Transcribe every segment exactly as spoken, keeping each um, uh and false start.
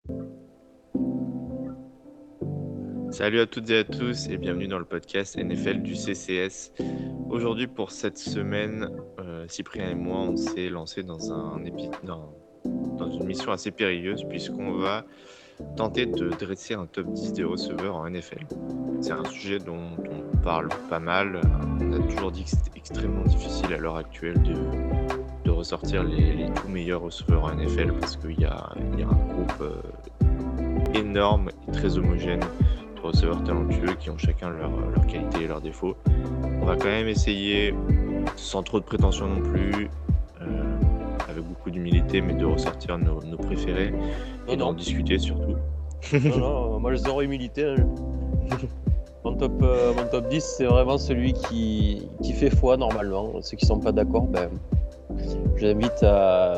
Salut à toutes et à tous et bienvenue dans le podcast N F L du C C S. Aujourd'hui pour cette semaine, euh, Cyprien et moi on s'est lancé dans, un épi- dans, dans une mission assez périlleuse puisqu'on va tenter de dresser un top dix des receveurs en N F L. C'est un sujet dont on parle pas mal. On a toujours dit que c'était extrêmement difficile à l'heure actuelle de, de ressortir les, les tout meilleurs receveurs en N F L parce qu'il y a, il y a un groupe euh, énorme et très homogène de receveurs talentueux qui ont chacun leurs leur qualités et leurs défauts. On va quand même essayer, sans trop de prétention non plus, euh, avec beaucoup d'humilité, mais de ressortir nos, nos préférés et Non, d'en non. discuter surtout. Non, non, moi, je zéro humilité. hein. Mon top, euh, mon top dix, c'est vraiment celui qui, qui fait foi normalement. Ceux qui sont pas d'accord, ben, je l'invite à,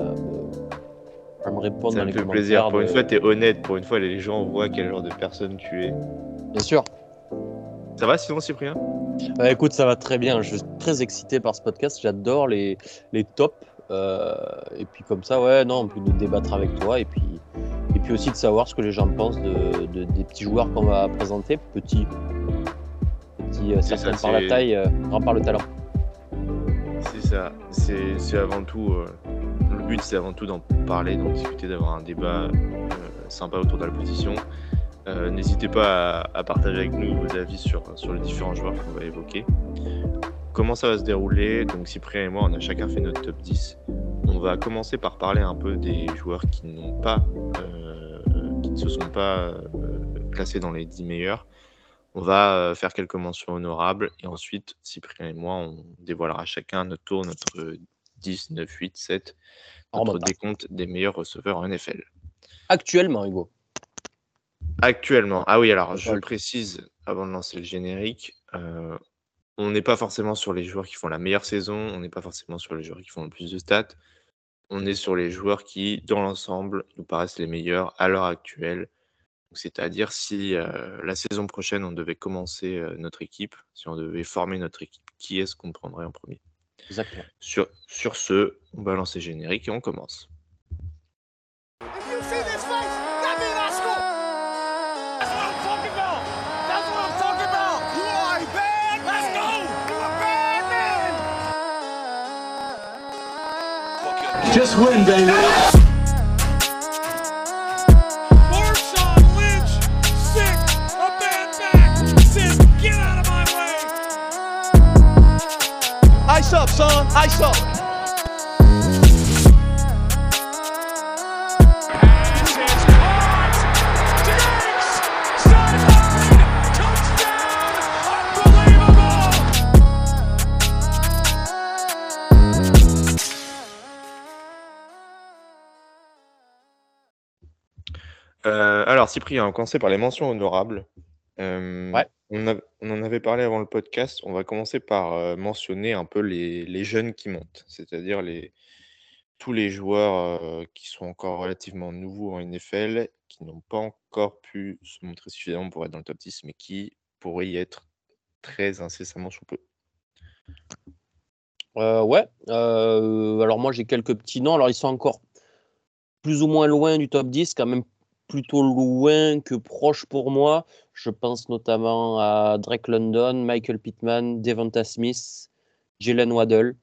à me répondre Ça dans me les fait commentaires. plaisir. Pour de- une fois, tu es honnête. Pour une fois, les gens voient quel genre de personne tu es. Bien sûr. Ça va sinon, Cyprien? Bah, écoute, ça va très bien. Je suis très excité par ce podcast. J'adore les, les tops. Euh, et puis comme ça, ouais, non, on peut nous débattre avec toi. Et puis, et puis aussi de savoir ce que les gens pensent de, de- des petits joueurs qu'on va présenter. Petits, petits euh, C'est certains ça, par la c'est- taille, euh, grands par le talent. C'est ça. C'est c'est avant tout. euh, le but, c'est avant tout d'en parler, d'en discuter, d'avoir un débat euh, sympa autour de la position. Euh, N'hésitez pas à, à partager avec nous vos avis sur, sur les différents joueurs qu'on va évoquer. Comment ça va se dérouler? Donc Cyprien et moi, on a chacun fait notre top dix. On va commencer par parler un peu des joueurs qui n'ont pas, euh, qui ne se sont pas euh, classés dans les dix meilleurs. On va euh, faire quelques mentions honorables et ensuite, Cyprien et moi, on dévoilera chacun à notre tour notre dix, neuf, huit, sept, En notre remontant. décompte des meilleurs receveurs en N F L. Actuellement, Hugo. Actuellement, ah oui, alors je D'accord. précise avant de lancer le générique, euh, on n'est pas forcément sur les joueurs qui font la meilleure saison, on n'est pas forcément sur les joueurs qui font le plus de stats, on est sur les joueurs qui, dans l'ensemble, nous paraissent les meilleurs à l'heure actuelle. Donc, c'est-à-dire si euh, la saison prochaine on devait commencer euh, notre équipe, si on devait former notre équipe, qui est-ce qu'on prendrait en premier? Exactement. Sur, sur ce, on va lancer le générique et on commence. If you see this face, that means I score. That's what I'm talking about. That's what I'm talking about. You are a bad man. Let's go. You a bad man. Just win, baby. Marshawn Lynch, sick, a bad back. Says, get out of my way. Ice up, son. Ice up. His hands caught. Diggs, sideline, touchdown. Unbelievable. Euh, alors, Cyprien, on va commencer par les mentions honorables. Euh, Ouais. on, a- on en avait parlé avant le podcast. On va commencer par euh, mentionner un peu les, les jeunes qui montent, c'est-à-dire les, tous les joueurs euh, qui sont encore relativement nouveaux en N F L, qui n'ont pas encore pu se montrer suffisamment pour être dans le top dix, mais qui pourraient y être très incessamment sous peu. Euh, ouais. Euh, alors moi j'ai quelques petits noms. Alors ils sont encore plus ou moins loin du top dix, quand même plutôt loin que proche pour moi. Je pense notamment à Drake London, Michael Pittman, Devonta Smith, Jalen Waddle.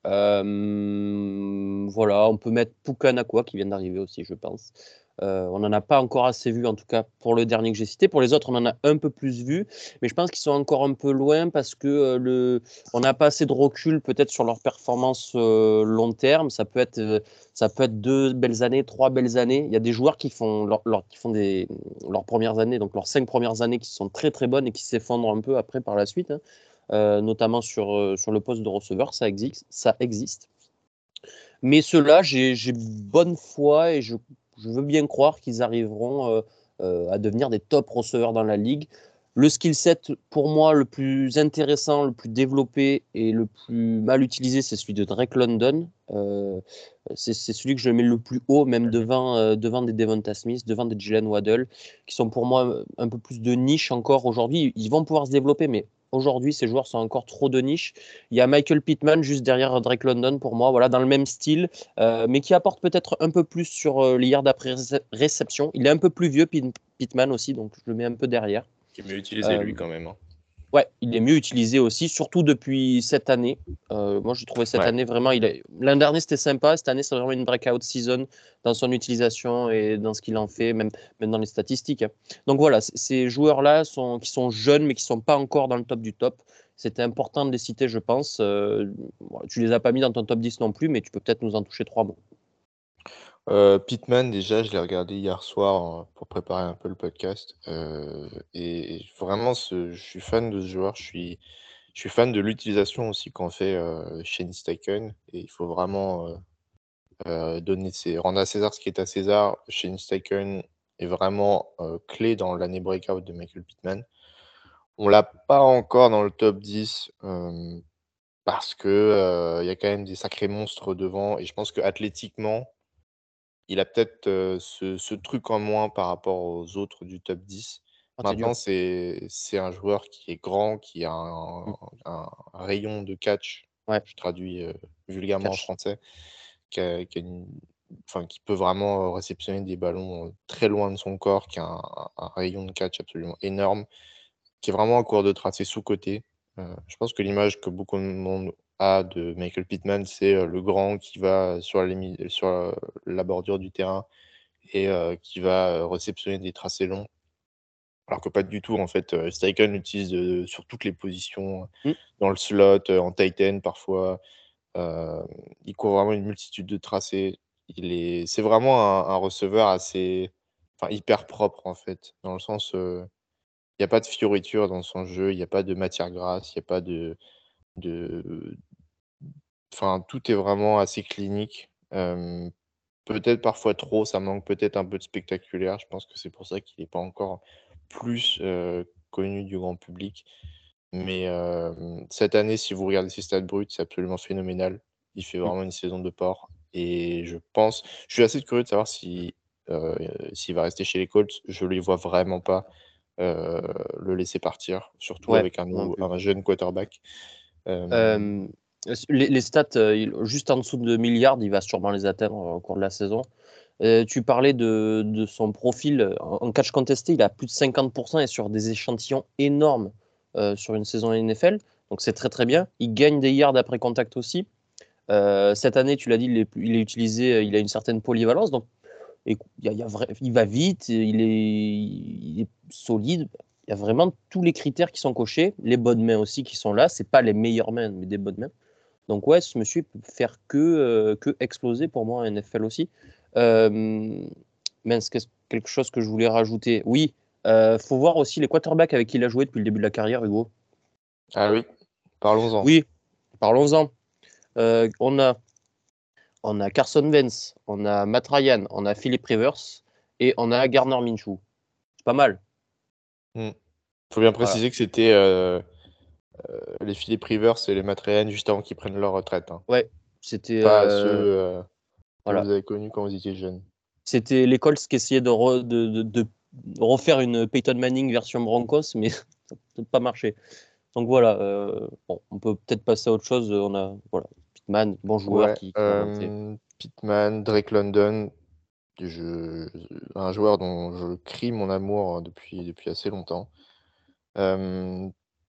Euh, voilà, on peut mettre Puka Nacua qui vient d'arriver aussi, je pense. Euh, on n'en a pas encore assez vu, en tout cas pour le dernier que j'ai cité. Pour les autres, on en a un peu plus vu, mais je pense qu'ils sont encore un peu loin parce que euh, le, on n'a pas assez de recul peut-être sur leur performance euh, long terme. Ça peut être, euh, ça peut être deux belles années, trois belles années. Il y a des joueurs qui font, leur, leur- qui font des, leurs premières années, donc leurs cinq premières années qui sont très très bonnes et qui s'effondrent un peu après par la suite, hein. Euh, notamment sur, euh, sur le poste de receveur, ça existe. Ça existe. Mais ceux-là, j'ai j'ai bonne foi et je, je veux bien croire qu'ils arriveront euh, euh, à devenir des top receveurs dans la ligue. Le skill set, pour moi, le plus intéressant, le plus développé et le plus mal utilisé, c'est celui de Drake London. Euh, c'est c'est celui que je mets le plus haut, même devant, euh, devant des Devonta Smith, devant des Jalen Waddle, qui sont pour moi un peu plus de niche encore aujourd'hui. Ils vont pouvoir se développer, mais aujourd'hui, ces joueurs sont encore trop de niche. Il y a Michael Pittman juste derrière Drake London pour moi, voilà, dans le même style, euh, mais qui apporte peut-être un peu plus sur euh, les yards après réce- réception. Il est un peu plus vieux, Pit- Pittman aussi, donc je le mets un peu derrière. Qui est mieux utilisé, Euh, lui, quand même. hein. Ouais, il est mieux utilisé aussi, surtout depuis cette année. Euh, moi, j'ai trouvé cette Ouais. année vraiment. Il est... L'an dernier, c'était sympa. Cette année, c'est vraiment une breakout season dans son utilisation et dans ce qu'il en fait, même, même dans les statistiques. hein. Donc voilà, c- ces joueurs-là sont, qui sont jeunes, mais qui ne sont pas encore dans le top du top. C'était important de les citer, je pense. Euh, bon, tu les as pas mis dans ton top dix non plus, mais tu peux peut-être nous en toucher trois mots. Euh, Pittman, déjà, je l'ai regardé hier soir euh, pour préparer un peu le podcast. euh, et vraiment, ce- je suis fan de ce joueur. Je suis, je suis fan de l'utilisation aussi qu'en fait euh, Shane Steichen. Et il faut vraiment euh, euh, donner ses, rendre à César ce qui est à César. Shane Steichen est vraiment euh, clé dans l'année breakout de Michael Pittman. On l'a pas encore dans le top dix euh, parce que euh, il y a quand même des sacrés monstres devant. Et je pense que athlétiquement, il a peut-être, heu, ce ce truc en moins par rapport aux autres du top dix. Ah, c'est dur. Maintenant, c'est c'est un joueur qui est grand, qui a Mm. un un rayon de catch, Ouais, je traduis, heu, vulgairement en catch. français, qui a qui a une enfin, qui peut vraiment, heu, réceptionner des ballons, heu, très loin de son corps, qui a un un rayon de catch absolument énorme, qui est vraiment un coureur de tracé sous-coté. Heu, je pense que l'image que beaucoup de monde a de Michael Pittman, c'est, heu, le grand qui va sur la limi sur, heu, la bordure du terrain et heu, qui va, heu, réceptionner des tracés longs. Alors que pas du tout en fait, heu, Steichen l'utilise, heu, sur toutes les positions, Mm. dans le slot, heu, en tight end parfois. Hem, il court vraiment une multitude de tracés. Il est c'est vraiment un un receveur assez enfin hyper propre en fait, dans le sens, heu, il y a pas de fioritures dans son jeu, il y a pas de matière grasse, il y a pas de de enfin tout est vraiment assez clinique. Hem, peut-être parfois trop, ça manque peut-être un peu de spectaculaire. Je pense que c'est pour ça qu'il est pas encore plus, heu, connu du grand public. Mais, hem, cette année, si vous regardez ses stats bruts, c'est absolument phénoménal. Il fait Mm. vraiment une saison de porc et je pense je suis assez curieux de savoir si, heu, s'il va rester chez les Colts. Je ne les vois vraiment pas, heu, le laisser partir, surtout Ouais, avec un moi non nou plus. un jeune quarterback. Hem, Euh, les, les stats, euh, il- juste en dessous de milliards, il va sûrement les atteindre au cours de la saison. Euh, tu parlais de, de son profil en, en catch contesté, il a plus de cinquante pour cent et sur des échantillons énormes euh, sur une saison N F L. Donc c'est très très bien. Il gagne des yards après contact aussi. Euh, cette année, tu l'as dit, il est, il est utilisé, euh, il a une certaine polyvalence. Donc écou- il, y a- il y a vrai- il va vite, il est, il est solide. Il y a vraiment tous les critères qui sont cochés. Les bonnes mains aussi qui sont là. C'est pas les meilleures mains, mais des bonnes mains. Donc ouais, ce monsieur peut faire que, euh, que exploser pour moi en N F L aussi. Euh, mince, qu'est-ce- quelque chose que je voulais rajouter. Oui, euh, faut voir aussi les quarterbacks avec qui il a joué depuis le début de la carrière, Hugo. ah oui, parlons-en. Oui, parlons-en. Euh, on a, on a Carson Wentz, on a Matt Ryan, on a Philip Rivers et on a Gardner Minshew. C'est pas mal. Mmh. Faut bien Voilà. préciser que c'était, heu heu, les Philip Rivers et les Matt Ryan juste avant qu'ils prennent leur retraite, hein. Ouais, c'était Pas ceux, euh, heu, que voilà. vous avez connus quand vous étiez jeune. C'était les Colts qui essayaient de, re- de, de- de refaire une Peyton Manning version Broncos, mais ça n'a peut-être pas marché. Donc voilà, euh, bon, on peut peut-être passer à autre chose. On a voilà, Pittman, bon joueur Ouais, qui, qui va monter. hem, Pittman, Drake London, je un joueur dont je crie mon amour depuis depuis assez longtemps. Hem,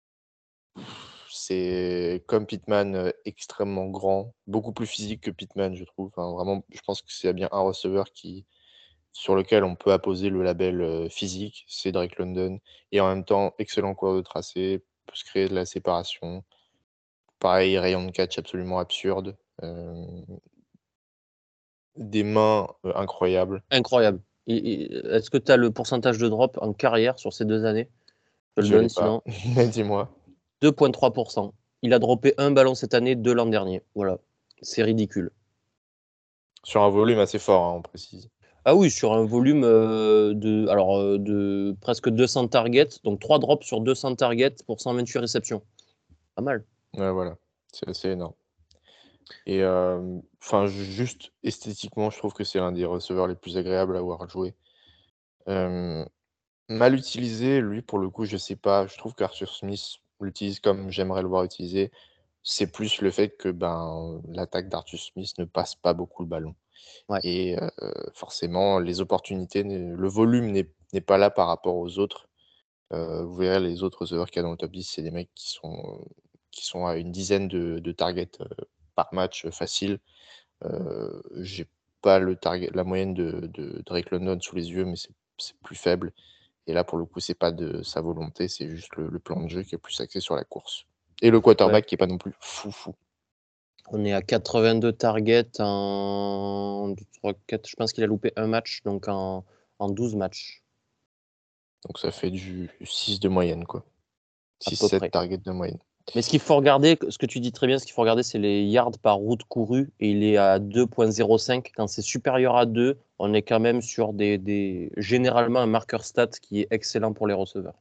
c'est comme Pittman, heu, extrêmement grand, beaucoup plus physique que Pittman, je trouve. Enfin, vraiment, je pense que s'il y a bien un receveur qui sur lequel on peut apposer le label, heu, physique, c'est Drake London et en même temps, excellent coureur de tracé, peut se créer de la séparation. Pareil, rayon de catch absolument absurde, hem, des mains, heu, incroyables. Incroyable. Et- et- Est-ce que tu as le pourcentage de drop en carrière sur ces deux années? Je te le Je l'ai donne pas. sinon. Dis-moi. deux virgule trois pour cent. Il a droppé un ballon cette année, deux l'an dernier. Voilà, c'est ridicule. Sur un volume assez fort, hein, on précise. Ah oui, sur un volume euh, de, alors, euh, de presque deux cents targets, donc trois drops sur deux cents targets pour cent vingt-huit réceptions. Pas mal. Ouais, voilà, c'est assez énorme et hem, enfin, juste esthétiquement, je trouve que c'est l'un des receveurs les plus agréables à avoir joué. Hem, mal utilisé, lui, pour le coup, je sais pas. Je trouve qu'Arthur Smith l'utilise comme j'aimerais le voir utilisé. C'est plus le fait que, ben, l'attaque d'Arthur Smith ne passe pas beaucoup le ballon Ouais. et heu, forcément les opportunités ne le volume n'est n'est pas là par rapport aux autres. Heu, vous verrez les autres receveurs qu'il y a dans le top dix, c'est des mecs qui sont, qui sont à une dizaine de de targets, heu, par match, heu, facile. Heu, j'ai pas le target la moyenne de de Drake London sous les yeux, mais c'est c'est plus faible et là, pour le coup, c'est pas de sa volonté, c'est juste le le plan de jeu qui est plus axé sur la course et le Ouais. quarterback qui est pas non plus fou, fou. On est à quatre-vingt-deux targets en deux, trois, quatre. Je pense qu'il a loupé un match, donc en, en douze matchs, Donc ça fait du six de moyenne, quoi. à peu six sept près. targets de moyenne. Mais ce qu'il faut regarder, ce que tu dis très bien, ce qu'il faut regarder, c'est les yards par route courue. Et il est à deux virgule zéro cinq. Quand c'est supérieur à deux, on est quand même sur des, des, généralement un marqueur stat qui est excellent pour les receveurs.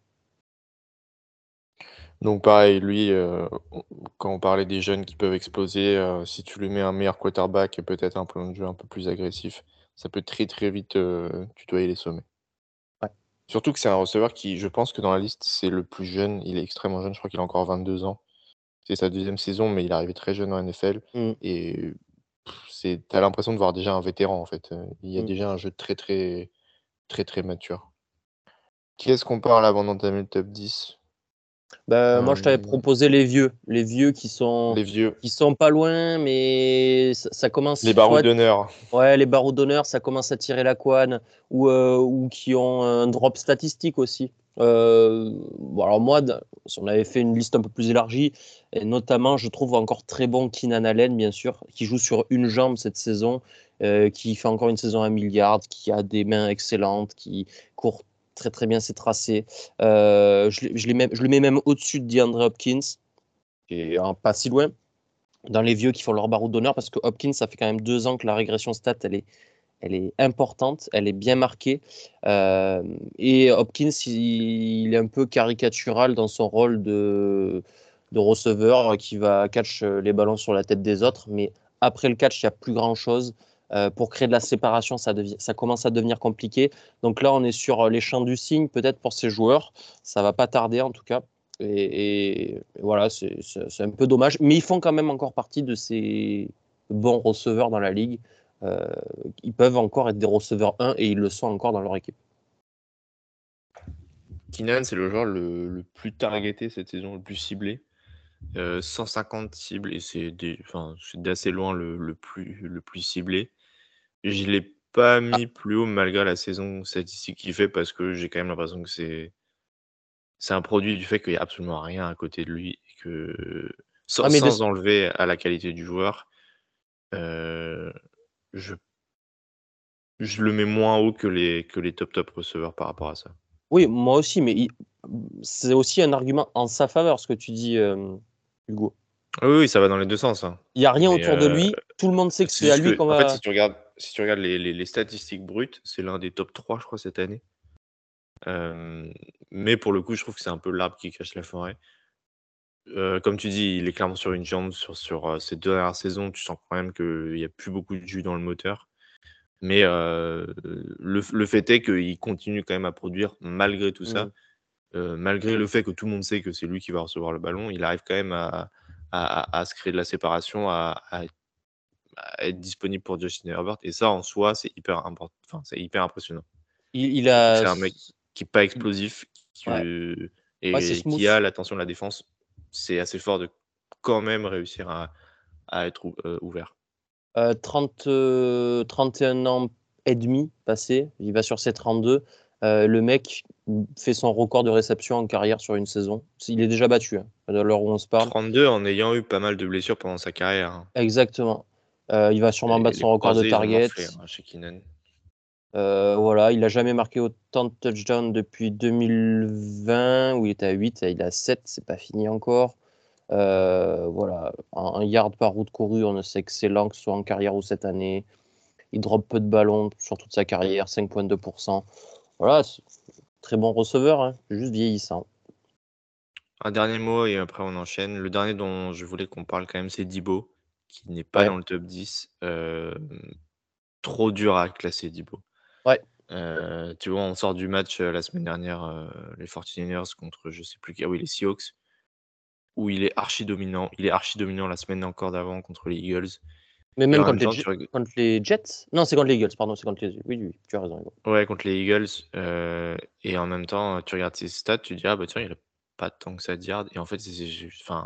Donc pareil, lui, heu, on quand on parlait des jeunes qui peuvent exploser, heu, si tu lui mets un meilleur quarterback et peut-être un plan de jeu un peu plus agressif, ça peut très, très vite, heu, tutoyer les sommets. Ouais. Surtout que c'est un receveur qui, je pense que dans la liste, c'est le plus jeune. Il est extrêmement jeune, je crois qu'il a encore vingt-deux ans. C'est sa deuxième saison, mais il est arrivé très jeune en N F L Mm, et pff, c'est tu as l'impression de voir déjà un vétéran, en fait, heu, il y a mm. déjà un jeu très, très, très, très mature. Qui est-ce qu'on parle avant d'entamer le top dix? Ben, moi, je t'avais Hem, proposé les vieux. Les vieux qui sont, les vieux, qui sont pas loin, mais ça, ça commence, les tu barreaux vois. d'honneur. Ouais, les barreaux d'honneur, ça commence à tirer la couenne, ou, euh, ou qui ont un drop statistique aussi. Euh, bon, alors moi, d- si on avait fait une liste un peu plus élargie, et notamment, je trouve encore très bon Keenan Allen, bien sûr, qui joue sur une jambe cette saison, euh, qui fait encore une saison à milliard, qui a des mains excellentes, qui court très très bien ses tracés. Euh, je, l'ai- je, l'ai même- je le mets même au-dessus de DeAndre Hopkins, qui est hein, pas si loin dans les vieux qui font leur barreau d'honneur, parce que Hopkins, ça fait quand même deux ans que la régression stat, elle est elle est importante, elle est bien marquée. Euh, et Hopkins, il, il est un peu caricatural dans son rôle de, de receveur qui va catch les ballons sur la tête des autres. Mais après le catch, il n'y a plus grand-chose. Euh, pour créer de la séparation, ça, devient, ça commence à devenir compliqué. Donc là, on est sur les champs du cygne, peut-être pour ces joueurs. Ça va pas tarder, en tout cas. Et, et voilà, c'est c'est un peu dommage. Mais ils font quand même encore partie de ces bons receveurs dans la ligue. Euh, ils peuvent encore être des receveurs un et ils le sont encore dans leur équipe. Keenan, c'est le joueur le, le plus targeté cette saison, le plus ciblé. Euh, cent cinquante cibles et c'est des- enfin, c'est d'assez loin le, le plus, le plus ciblé. Je ne l'ai pas Ah, mis plus haut malgré la saison statistique qu'il fait parce que j'ai quand même l'impression que c'est c'est un produit du fait qu'il n'y a absolument rien à côté de lui et que sans, ah, mais de- sans enlever à la qualité du joueur, euh, je, je le mets moins haut que les, que les top top receveurs par rapport à ça. oui, moi aussi, mais il- c'est aussi un argument en sa faveur, ce que tu dis, euh, Hugo. Ah oui, oui, ça va dans les deux sens, hein. Il n'y a rien Mais autour de euh, lui, tout le monde sait que c'est c'est à juste lui que, qu'on en fait, va. si tu regardes, si tu regardes les, les- les statistiques brutes, c'est l'un des top trois, je crois, cette année. Euh, mais pour le coup, je trouve que c'est un peu l'arbre qui cache la forêt. Euh, comme tu dis, il est clairement sur une jambe sur, sur euh, ces deux dernières saisons. Tu sens quand même qu'il n'y a plus beaucoup de jus dans le moteur. Mais euh, le, le fait est qu'il continue quand même à produire malgré tout Hmm. ça. Euh, malgré le fait que tout le monde sait que c'est lui qui va recevoir le ballon, il arrive quand même à, à- à- à se créer de la séparation, à, à à être disponible pour Justin Herbert. Et ça, en soi, c'est hyper important. Enfin, c'est hyper impressionnant. Il, il Surtout que a. c'est un mec qui n'est pas explosif qui, Ouais, euh, ouais, c'est et qui smooth. a l'attention de la défense. C'est assez fort de quand même réussir à, à être ou- euh, ouvert. Euh, trente, euh, trente et un ans et demi passé, il va sur ses trente-deux. Euh, le mec fait son record de réception en carrière sur une saison. Il est déjà battu, hein, à l'heure où on se parle. trente-deux en ayant eu pas mal de blessures pendant sa carrière, hein. Exactement. Euh, il va sûrement Les, battre les son record de croisés, ils ont target. morflé hein, chez Keenan. Euh, voilà, il n'a jamais marqué autant de touchdowns depuis deux mille vingt, où il était à huit, il est à sept, c'est pas fini encore. Euh, voilà, un, un yard par route courue, on sait excellent, que ce soit en carrière ou cette année. Il drop peu de ballons sur toute sa carrière, cinq virgule deux pour cent. Voilà, c'est très bon receveur, hein, juste vieillissant. Un dernier mot et après on enchaîne. Le dernier dont je voulais qu'on parle quand même, c'est Dibo, qui n'est pas Ouais, dans le top dix. Euh, trop dur à classer Dibo. ouais. Euh, tu vois, on sort du match euh, la semaine dernière, euh, les forty-niners contre je sais plus qui. Ah oui, les Seahawks. où il est archi dominant. Il est archi dominant la semaine encore d'avant contre les Eagles. Mais Et même en contre même les, temps, Je- tu reg- contre les Jets. Non, c'est contre les Eagles, pardon, c'est contre les. Oui, oui, tu as raison. Hugo. ouais, contre les Eagles. euh, et en même temps, tu regardes ses stats, tu te dis, ah bah tiens, il a pas tant que ça de yards. Et en fait, c'est, c'est juste- enfin,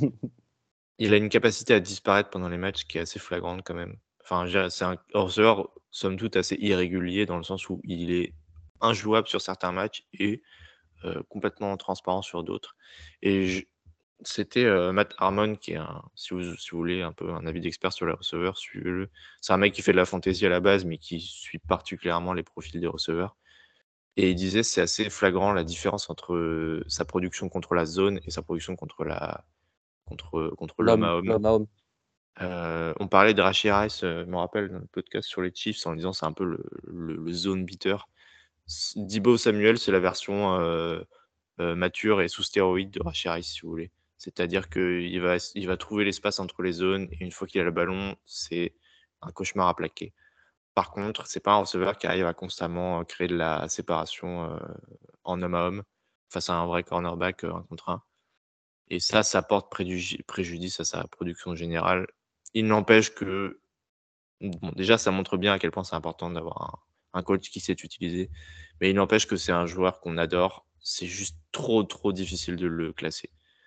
il a une capacité à disparaître pendant les matchs qui est assez flagrante quand même. Enfin, je dirais, c'est un receveur, somme toute, assez irrégulier dans le sens où il est injouable sur certains matchs et euh, complètement transparent sur d'autres. Et je- c'était euh, Matt Harmon qui est un, si vous, si vous voulez, un peu un avis d'expert sur les receveurs, suivez-le. C'est un mec qui fait de la fantasy à la base, mais qui suit particulièrement les profils des receveurs. Et il disait c'est assez flagrant la différence entre euh, sa production contre la zone et sa production contre la contre, contre l'homme L'homme, à homme. l'homme à homme. Euh, on parlait de Rashee Rice, euh, je me rappelle, dans le podcast sur les Chiefs, en disant c'est un peu le, le- le zone beater. S- Deebo Samuel, c'est la version euh, euh, mature et sous stéroïde de Rashee Rice, si vous voulez. C'est-à-dire qu'il va, il va trouver l'espace entre les zones et une fois qu'il a le ballon, c'est un cauchemar à plaquer. Par contre, c'est pas un receveur qui arrive à constamment euh, créer de la séparation euh, en homme à homme face à un vrai cornerback euh, un contre un. Et ça, ça porte préjudice, préjudice à sa production générale. Il n'empêche que, bon, déjà, ça montre bien à quel point c'est important d'avoir un, un coach qui sait utiliser. Mais il n'empêche que c'est un joueur qu'on adore. C'est juste trop, trop difficile de le classer.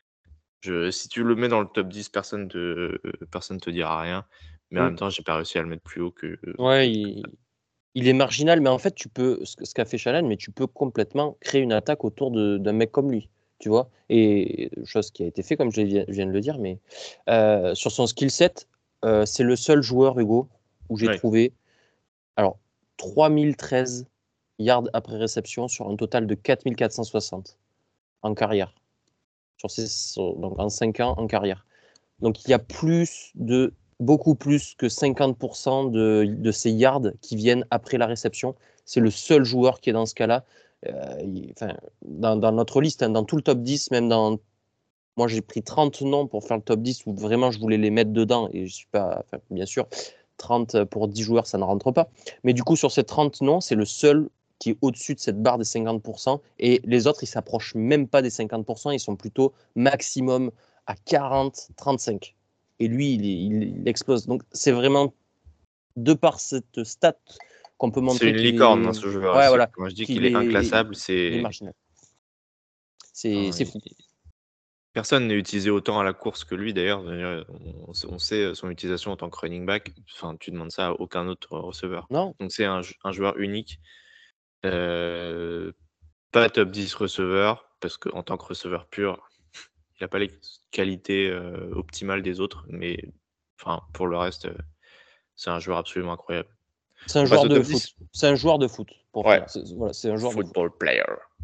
Je, si tu le mets dans le top dix, personne te, euh, personne te dira rien. Mais en Mm. même temps, j'ai pas réussi à le mettre plus haut que. Ouais, il, il est marginal, mais en fait, tu peux, ce, que- ce qu'a fait Shannon, mais tu peux complètement créer une attaque autour de- d'un mec comme lui, tu vois. Et chose qui a été fait, comme je viens, je viens de le dire, mais euh, sur son skill set, euh, c'est le seul joueur, Hugo, où j'ai Ouais. trouvé, alors, trois mille treize yards après réception sur un total de quatre mille quatre cent soixante en carrière. Sur ses, sur- donc en cinq ans en carrière. Donc il y a plus de beaucoup plus que cinquante pour cent de, de ces yards qui viennent après la réception. C'est le seul joueur qui est dans ce cas-là. Euh, il- enfin, dans, dans notre liste, hein, dans tout le top dix, même dans. Moi, j'ai pris trente noms pour faire le top dix où vraiment je voulais les mettre dedans. Et je suis pas. Enfin, bien sûr, trente pour dix joueurs, ça ne rentre pas. Mais du coup, sur ces trente noms, c'est le seul qui est au-dessus de cette barre des cinquante pour cent. Et les autres, ils s'approchent même pas des cinquante pour cent. Ils sont plutôt maximum à quarante, trente-cinq. Et lui, il, il, il explose. Donc, c'est vraiment de par cette stat qu'on peut C'est montrer une qu'il licorne, est. hein, ce joueur Ouais, aussi. voilà. Quand je dis Qu'il qu'il est est, inclassable, il est c'est. marginal. C'est Enfin, c'est il- fou. Personne n'est utilisé autant à la course que lui, d'ailleurs. D'ailleurs, On, on sait son utilisation en tant que running back. Enfin, tu demandes ça à aucun autre receveur. Non, Donc, c'est un, un joueur unique. Euh, pas top dix receveur, parce qu'en tant que receveur pur, il n'a pas les qualités euh, optimales des autres. Mais enfin, pour le reste, euh, c'est un joueur absolument incroyable. c'est un On passe joueur au de top foot. dix. C'est un joueur de foot, pour Ouais. finir. C'est, voilà, c'est un joueur de foot. Football player.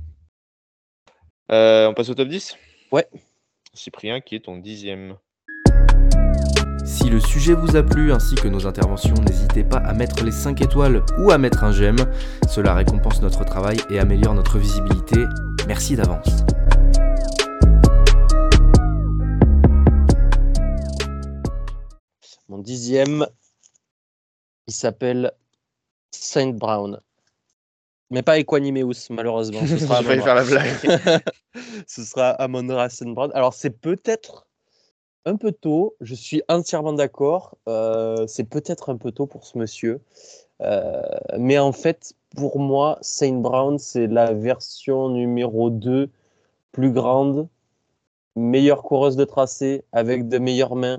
Euh, on passe au top dix. Ouais. Cyprien, qui est ton dixième. Si le sujet vous a plu ainsi que nos interventions, n'hésitez pas à mettre les cinq étoiles ou à mettre un j'aime. Cela récompense notre travail et améliore notre visibilité. Merci d'avance. Mon dixième, il s'appelle Saint Brown. Mais pas Equanimeus, malheureusement. Ce sera J'ai failli Amon-Ra. faire la blague. Ce sera Amon-Ra Saint Brown. Alors, c'est peut-être un peu tôt. Je suis entièrement d'accord. Euh, c'est peut-être un peu tôt pour ce monsieur. Euh, mais en fait, pour moi, Saint Brown, c'est la version numéro deux, plus grande, meilleure coureuse de tracé, avec de meilleures mains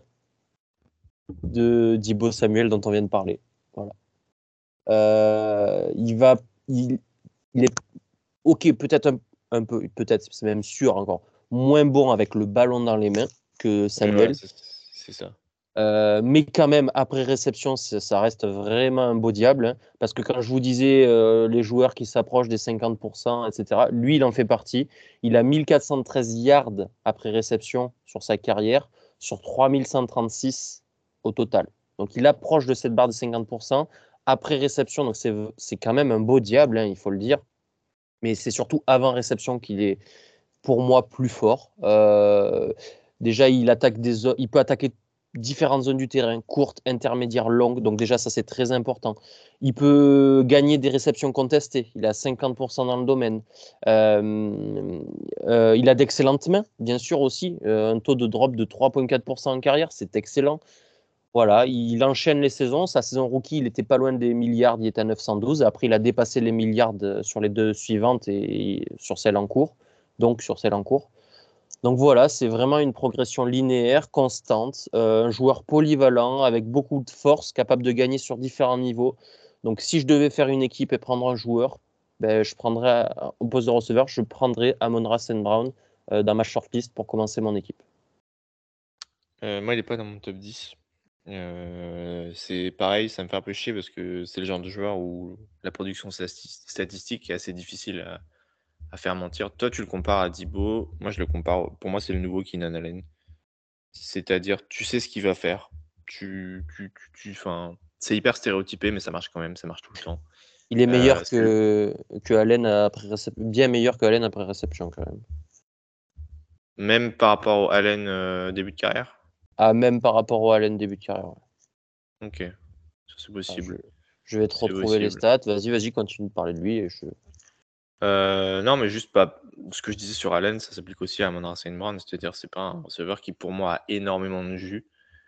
de Deebo Samuel dont on vient de parler. Voilà. Euh, il va, il, il est ok, peut-être un, un peu, peut-être c'est même sûr encore moins bon avec le ballon dans les mains que Samuel. Ouais, c'est, c'est ça. Euh, mais quand même, après réception, ça, ça reste vraiment un beau diable. Hein, parce que quand je vous disais euh, les joueurs qui s'approchent des cinquante pour cent, et cetera, lui, il en fait partie. Il a mille quatre cent treize yards après réception sur sa carrière, sur trois mille cent trente-six au total. Donc, il approche de cette barre des cinquante pour cent après réception. Donc, c'est, c'est quand même un beau diable, hein, il faut le dire. Mais c'est surtout avant réception qu'il est, pour moi, plus fort. Euh, déjà, il, attaque des, il peut attaquer différentes zones du terrain, courtes, intermédiaires, longues. Donc déjà, ça, c'est très important. Il peut gagner des réceptions contestées. Il a cinquante pour cent dans le domaine. Euh, euh, il a d'excellentes mains, bien sûr aussi. Euh, un taux de drop de trois virgule quatre pour cent en carrière, c'est excellent. Voilà, il enchaîne les saisons. Sa saison rookie, il n'était pas loin des milliards, il était à neuf cent douze. Après, il a dépassé les milliards sur les deux suivantes et sur celle en cours. Donc, sur celle en cours. Donc voilà, c'est vraiment une progression linéaire, constante. Euh, un joueur polyvalent, avec beaucoup de force, capable de gagner sur différents niveaux. Donc si je devais faire une équipe et prendre un joueur, ben, je prendrais, au poste de receveur, je prendrais Amon-Ra Saint Brown euh, dans ma shortlist pour commencer mon équipe. Euh, moi, il n'est pas dans mon top dix. Euh, c'est pareil, ça me fait un peu chier parce que c'est le genre de joueur où la production stati- statistique est assez difficile à, à faire mentir. Toi, tu le compares à Debo. Moi, je le compare. Pour moi, c'est le nouveau Keenan Allen. C'est-à-dire, tu sais ce qu'il va faire. Tu, tu, tu, tu- 'fin, c'est hyper stéréotypé, mais ça marche quand même. Ça marche tout le temps. Il est Euh, meilleur c'est le- que, que Allen après récep- bien meilleur que Allen après réception quand même. Même par rapport au Allen euh, début de carrière. Ah, même par rapport au Allen début de carrière. Ouais. Ok, ça c'est Ah, je, possible. je vais te C'est retrouver les possible. stats. Vas-y, vas-y, continue de parler de lui. Et je... Euh, non, mais juste pas. Ce que je disais sur Allen, ça s'applique aussi à Amon-Ra Saint Brown, c'est-à-dire c'est pas un receveur qui pour moi a énormément de jus.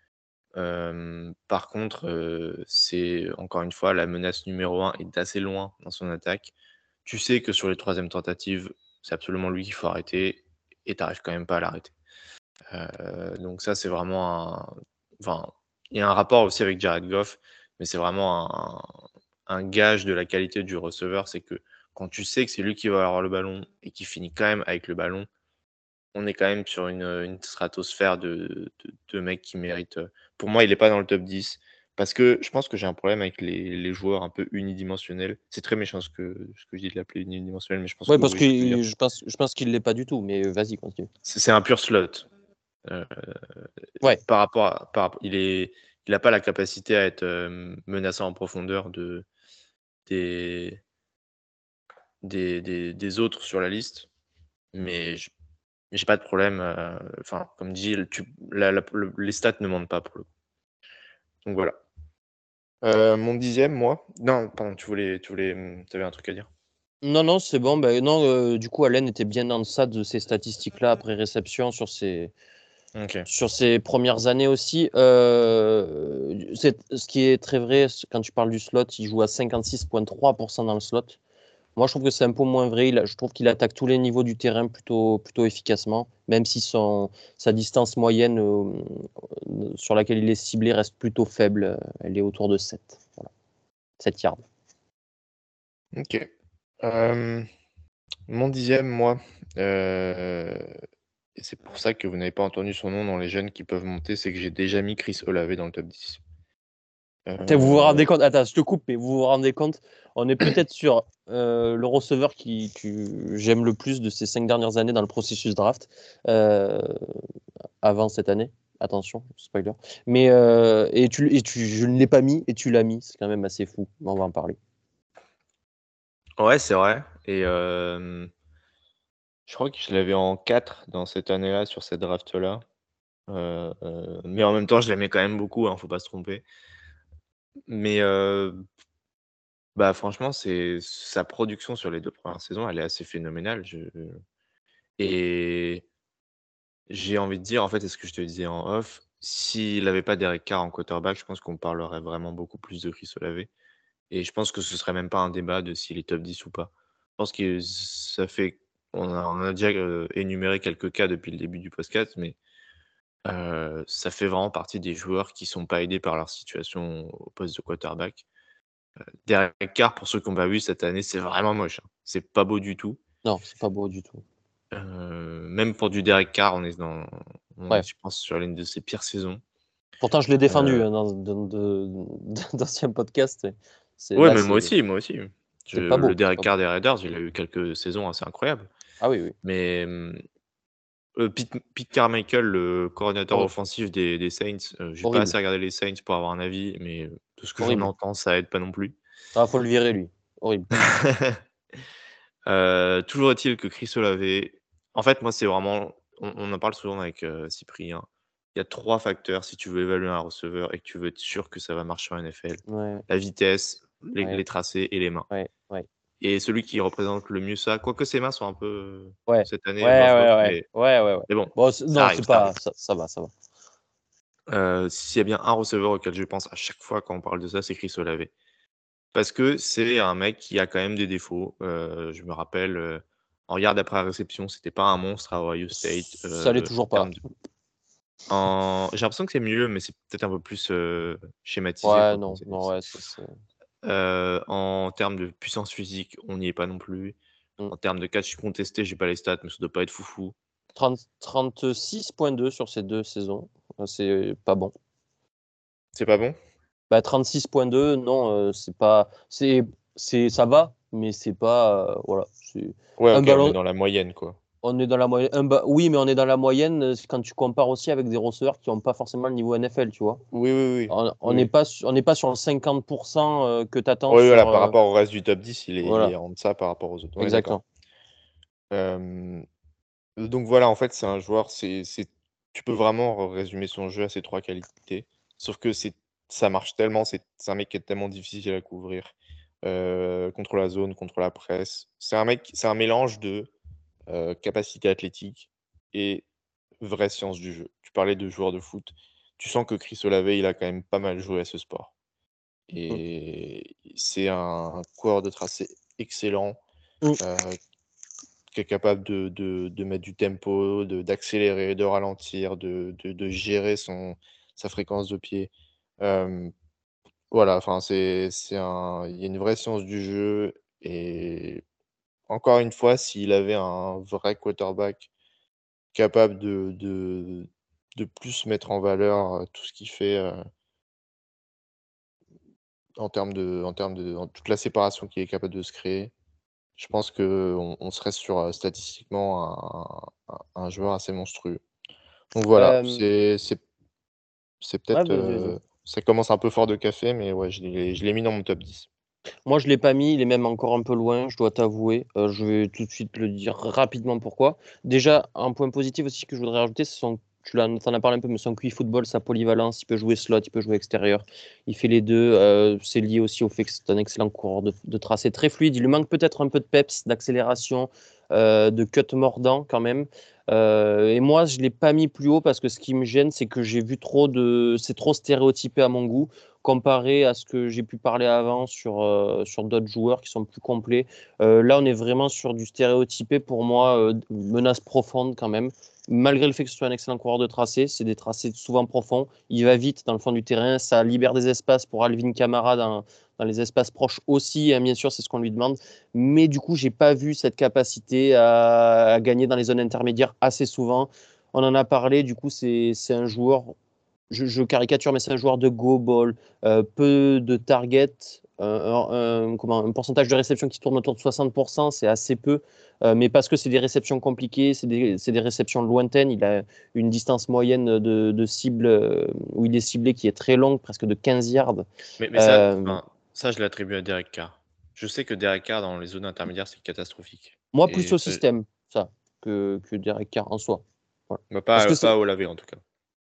Euh, par contre, euh, c'est encore une fois la menace numéro un est assez loin dans son attaque. Tu sais que sur les troisièmes tentatives, c'est absolument lui qu'il faut arrêter et t'arrives quand même pas à l'arrêter. Euh, donc ça, c'est vraiment un. Enfin, il y a un rapport aussi avec Jared Goff, mais c'est vraiment un, un gage de la qualité du receveur, c'est que quand tu sais que c'est lui qui va avoir le ballon et qui finit quand même avec le ballon, on est quand même sur une, une stratosphère de, de, de mecs qui méritent. Pour moi, il n'est pas dans le top dix. Parce que je pense que j'ai un problème avec les, les joueurs un peu unidimensionnels. C'est très méchant ce que, ce que je dis de l'appeler unidimensionnel, mais je pense Ouais, que vous parce voyez que ce que je veux dire. je pense, je pense qu'il ne l'est pas du tout, mais vas-y, continue. C'est c'est un pur slot. Euh, Ouais. par rapport à, par, rapport- il est, il n'a pas la capacité à être euh, menaçant en profondeur de, des, des, des, des autres sur la liste. Mais je- j'ai pas de problème. euh, Enfin, comme dit, tu, la- la- le- les stats ne mentent pas pour le coup. Donc voilà. Euh, mon dixième, moi. Non, pardon, tu voulais, tu voulais, avais un truc à dire. Non, non, c'est bon. Ben, non, euh, du coup, Allen était bien en deçà de ces statistiques-là après réception sur ses, Ok. sur ses premières années aussi. Euh, c'est, ce qui est très vrai, quand tu parles du slot, il joue à cinquante-six virgule trois pour cent dans le slot. Moi, je trouve que c'est un peu moins vrai. Il a- je trouve qu'il attaque tous les niveaux du terrain plutôt, plutôt efficacement, même si son, sa distance moyenne euh, sur laquelle il est ciblé reste plutôt faible. Elle est autour de sept. Voilà. sept yards. Ok. Euh, mon dixième, moi, euh, et c'est pour ça que vous n'avez pas entendu son nom dans les jeunes qui peuvent monter, c'est que j'ai déjà mis Chris Olave dans le top dix. Putain, vous vous Euh, rendez compte, attends, je te coupe, mais vous vous rendez compte, on est peut-être sur euh, le receveur qui, que j'aime le plus de ces cinq dernières années dans le processus draft, euh, avant cette année. Attention, spoiler. Mais euh, et tu, et tu, je ne l'ai pas mis et tu l'as mis, c'est quand même assez fou. On va en parler. Ouais, c'est vrai. Et euh, je crois que je l'avais en quatre dans cette année-là, sur cette draft-là. Euh, euh, mais en même temps, je l'aimais quand même beaucoup, hein, faut pas se tromper. Mais euh, bah franchement, c'est sa production sur les deux premières saisons, elle est assez phénoménale. Je- Et j'ai envie de dire, en fait, c'est ce que je te disais en off, s'il n'avait pas Derek Carr en quarterback, je pense qu'on parlerait vraiment beaucoup plus de Chris Olave. Et je pense que ce serait même pas un débat de s'il est top dix ou pas. Je pense que ça fait. On a, on a déjà euh, énuméré quelques cas depuis le début du podcast, mais euh, ça fait vraiment partie des joueurs qui sont pas aidés par leur situation au poste de quarterback. Derek Carr, pour ceux qui n'ont pas vu cette année, c'est vraiment moche, hein. C'est pas beau du tout. Non, c'est pas beau du tout. Euh, même pour du Derek Carr, on est dans, on Ouais. est, je pense, sur l'une de ses pires saisons. Pourtant, je l'ai défendu Euh, hein, dans dans- de- d'anciens podcasts. C'est, ouais, là, mais moi c'est aussi, moi aussi. Je- c'est pas le beau. C'est Derek pas Carr beau. des Raiders, il a eu quelques saisons assez incroyables. Ah oui, oui. Mais hum, euh, Pete, Pete Carmichael, le coordinateur Horrible. offensif des, des Saints, euh, j'ai pas Horrible. assez regardé les Saints pour avoir un avis, mais euh, tout ce que j'en Horrible. entends, ça aide pas non plus. Ah, faut le virer, lui. Horrible. Euh, toujours est-il que Chris Olave, en fait, moi, c'est vraiment, on, on en parle souvent avec euh, Cyprien. il y a trois facteurs si tu veux évaluer un receveur et que tu veux être sûr que ça va marcher en N F L. Ouais, La vitesse, les, ouais, les tracés et les mains. ouais, ouais, Et celui qui représente le mieux ça, quoique ses mains sont un peu euh, ouais, cette année ouais, bof bof, ouais, ouais, mais, ouais, ouais, ouais. mais bon, Bon, c'est- ça non, arrive, c'est ça pas, arrive. ça, ça va, ça va. Euh, S'il y a bien un receveur auquel je pense à chaque fois quand on parle de ça, c'est Chris Olave. Parce que c'est un mec qui a quand même des défauts. Euh, je me rappelle, euh, en yards après la réception, c'était pas un monstre à Ohio State. Ça l'est euh, toujours en pas. termes de- en- J'ai l'impression que c'est mieux, mais c'est peut-être un peu plus euh, schématisé, Ouais, quoi. quand non, c'est- non, ouais, c'est, c'est- Euh, en termes de puissance physique, on n'y est pas non plus. Mm. En termes de catch contesté, j'ai pas les stats, mais ça doit pas être foufou. trente trente-six virgule deux sur ces deux saisons. Euh, C'est pas bon. C'est pas bon? Bah, trente-six virgule deux, non, euh, c'est pas. C'est, c'est, ça va, mais c'est pas. euh, voilà. C'est Ouais, un ok, on est ballon. dans la moyenne, quoi. On est dans la moyenne. un ba- Oui, mais on est dans la moyenne euh, quand tu compares aussi avec des receveurs qui n'ont pas forcément le niveau N F L, tu vois. Oui, oui, oui. On on Oui, n'est oui. pas, su- on n'est pas sur le cinquante pour cent euh, que tu attends Oui, voilà, sur. par euh, rapport au reste du top dix, il est, il est Voilà, en deçà par rapport aux autres. Ouais, d'accord. exactement. Euh, donc voilà, en fait, c'est un joueur, c'est, c'est, tu peux vraiment résumer son jeu à ses trois qualités. Sauf que c'est, ça marche tellement, c'est, c'est un mec qui est tellement difficile à couvrir euh, contre la zone, contre la presse. C'est un mec, c'est un mélange de euh, capacité athlétique et vraie science du jeu. Tu parlais de joueur de foot. Tu sens que Chris Olave, il a quand même pas mal joué à ce sport. Mm. Et c'est un coureur de tracé excellent, Mm. euh, qui est capable de, de, de mettre du tempo, de, d'accélérer, de ralentir, de, de, de gérer son, sa fréquence de pied. Euh, voilà, enfin, c'est, c'est un, il y a une vraie science du jeu. Et encore une fois, s'il avait un vrai quarterback capable de, de, de plus mettre en valeur euh, tout ce qu'il fait euh, en termes de, en termes de, en toute la séparation qu'il est capable de se créer, je pense qu'on on serait sur euh, statistiquement un, un- un joueur assez monstrueux. Donc voilà, Euh, c'est c'est c'est ouais, peut-être vas-y, vas-y. euh, ça commence un peu fort de café, mais ouais, je l'ai je l'ai mis dans mon top dix. Moi, je ne l'ai pas mis, il est même encore un peu loin, je dois t'avouer. Euh, je vais tout de suite le dire rapidement pourquoi. Déjà, un point positif aussi que je voudrais rajouter, c'est son, tu l'as- t'en as parlé un peu, mais son Q I football, sa polyvalence, il peut jouer slot, il peut jouer extérieur, il fait les deux. Euh, c'est lié aussi au fait que c'est un excellent coureur de, de tracé très fluide. Il lui manque peut-être un peu de peps, d'accélération, euh, de cut mordant quand même. Euh, et moi, je ne l'ai pas mis plus haut parce que ce qui me gêne, c'est que j'ai vu trop de. C'est trop stéréotypé à mon goût comparé à ce que j'ai pu parler avant sur, euh, sur d'autres joueurs qui sont plus complets. Euh, là, on est vraiment sur du stéréotypé pour moi, euh, menace profonde quand même. Malgré le fait que ce soit un excellent coureur de tracé, c'est des tracés souvent profonds. Il va vite dans le fond du terrain, ça libère des espaces pour Alvin Kamara dans, dans les espaces proches aussi, hein, bien sûr, c'est ce qu'on lui demande. Mais du coup, j'ai pas vu cette capacité à, à gagner dans les zones intermédiaires assez souvent. On en a parlé, du coup, c'est c'est un joueur je, je caricature, mais c'est un joueur de go ball, euh, peu de target, euh, un, un- comment, un pourcentage de réception qui tourne autour de soixante pour cent, c'est assez peu, euh, mais parce que c'est des réceptions compliquées, c'est des, c'est des réceptions lointaines, il a une distance moyenne de, de cible euh, où il est ciblé qui est très longue, presque de quinze yards. Mais, mais ça, Euh, enfin, ça, je l'attribue à Derek Carr. Je sais que Derek Carr, dans les zones intermédiaires, c'est catastrophique. Moi, plus Et au ça, système, ça, que, que Derek Carr en soi. Voilà. bah, Parce pas, que pas c'est, au lavé, en tout cas.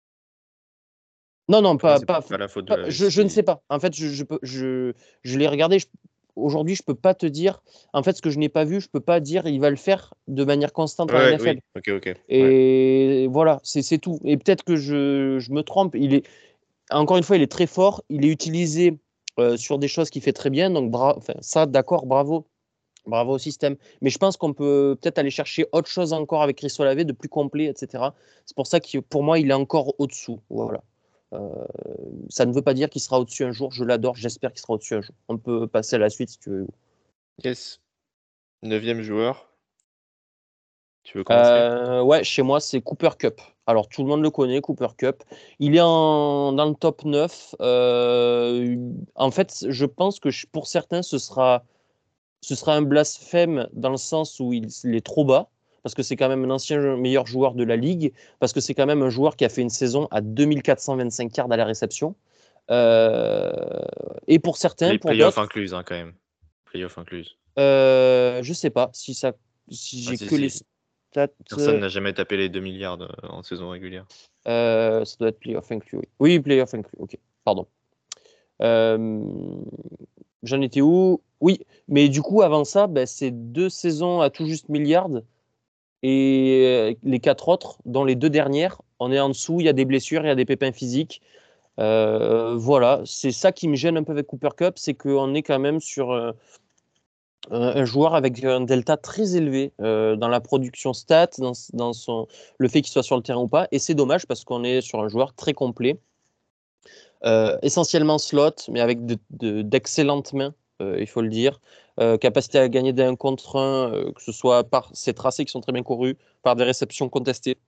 Non, non, Pour moi, pas, c'est pas, pas la faute de pas- lavé. je, je ne C'est... sais pas. En fait, je, je, peux- je, je l'ai regardé. je- Aujourd'hui, je peux pas te dire. En fait, ce que je n'ai pas vu, je peux pas dire il va le faire de manière constante en Ouais, N F L. oui, ok, ok. Ouais. Et voilà, c'est c'est tout. Et peut-être que je, je me trompe. Il est, encore une fois, il est très fort. Il est utilisé euh, sur des choses qu'il fait très bien. Donc, bra- enfin, ça, d'accord, bravo. Bravo au système. Mais je pense qu'on peut peut-être aller chercher autre chose encore avec Chris Olave, de plus complet, et cetera. C'est pour ça que pour moi, il est encore au-dessous. Voilà. Euh, ça ne veut pas dire qu'il sera au-dessus un jour. Je l'adore. J'espère qu'il sera au-dessus un jour. On peut passer à la suite si tu veux. Yes. Neuvième joueur. Tu veux commencer? Euh, ouais, chez moi, c'est Cooper Cup. Alors, tout le monde le connaît, Cooper Cup. Il est en- dans le top neuf. Euh, en fait, je pense que je- pour certains, ce sera, ce sera un blasphème dans le sens où il, il est trop bas, parce que c'est quand même un ancien meilleur joueur de la ligue, parce que c'est quand même un joueur qui a fait une saison à deux mille quatre cent vingt-cinq yards à la réception. Euh, et pour certains, Play, pour playoff d'autres, incluse, hein, quand même. Playoff incluse. euh, je sais pas si ça, si Ah, j'ai si, que les si. stats. Personne n'a jamais tapé les deux milliards euh, en saison régulière. Euh, ça doit être playoff inclus, oui. Oui, playoff inclus, ok, pardon. Euh, J'en étais où? Oui, mais du coup, avant ça, ben, c'est deux saisons à tout juste milliards. Et les quatre autres, dont les deux dernières, on est en dessous, il y a des blessures, il y a des pépins physiques. Euh, voilà, c'est ça qui me gêne un peu avec Cooper Kupp, c'est qu'on est quand même sur euh, un joueur avec un delta très élevé euh, dans la production stat, dans, dans son, le fait qu'il soit sur le terrain ou pas. Et c'est dommage parce qu'on est sur un joueur très complet, euh, essentiellement slot, mais avec de, de, d'excellentes mains, euh, il faut le dire. Euh, capacité à gagner d'un contre un, euh, que ce soit par ses tracés qui sont très bien courus, par des réceptions contestées.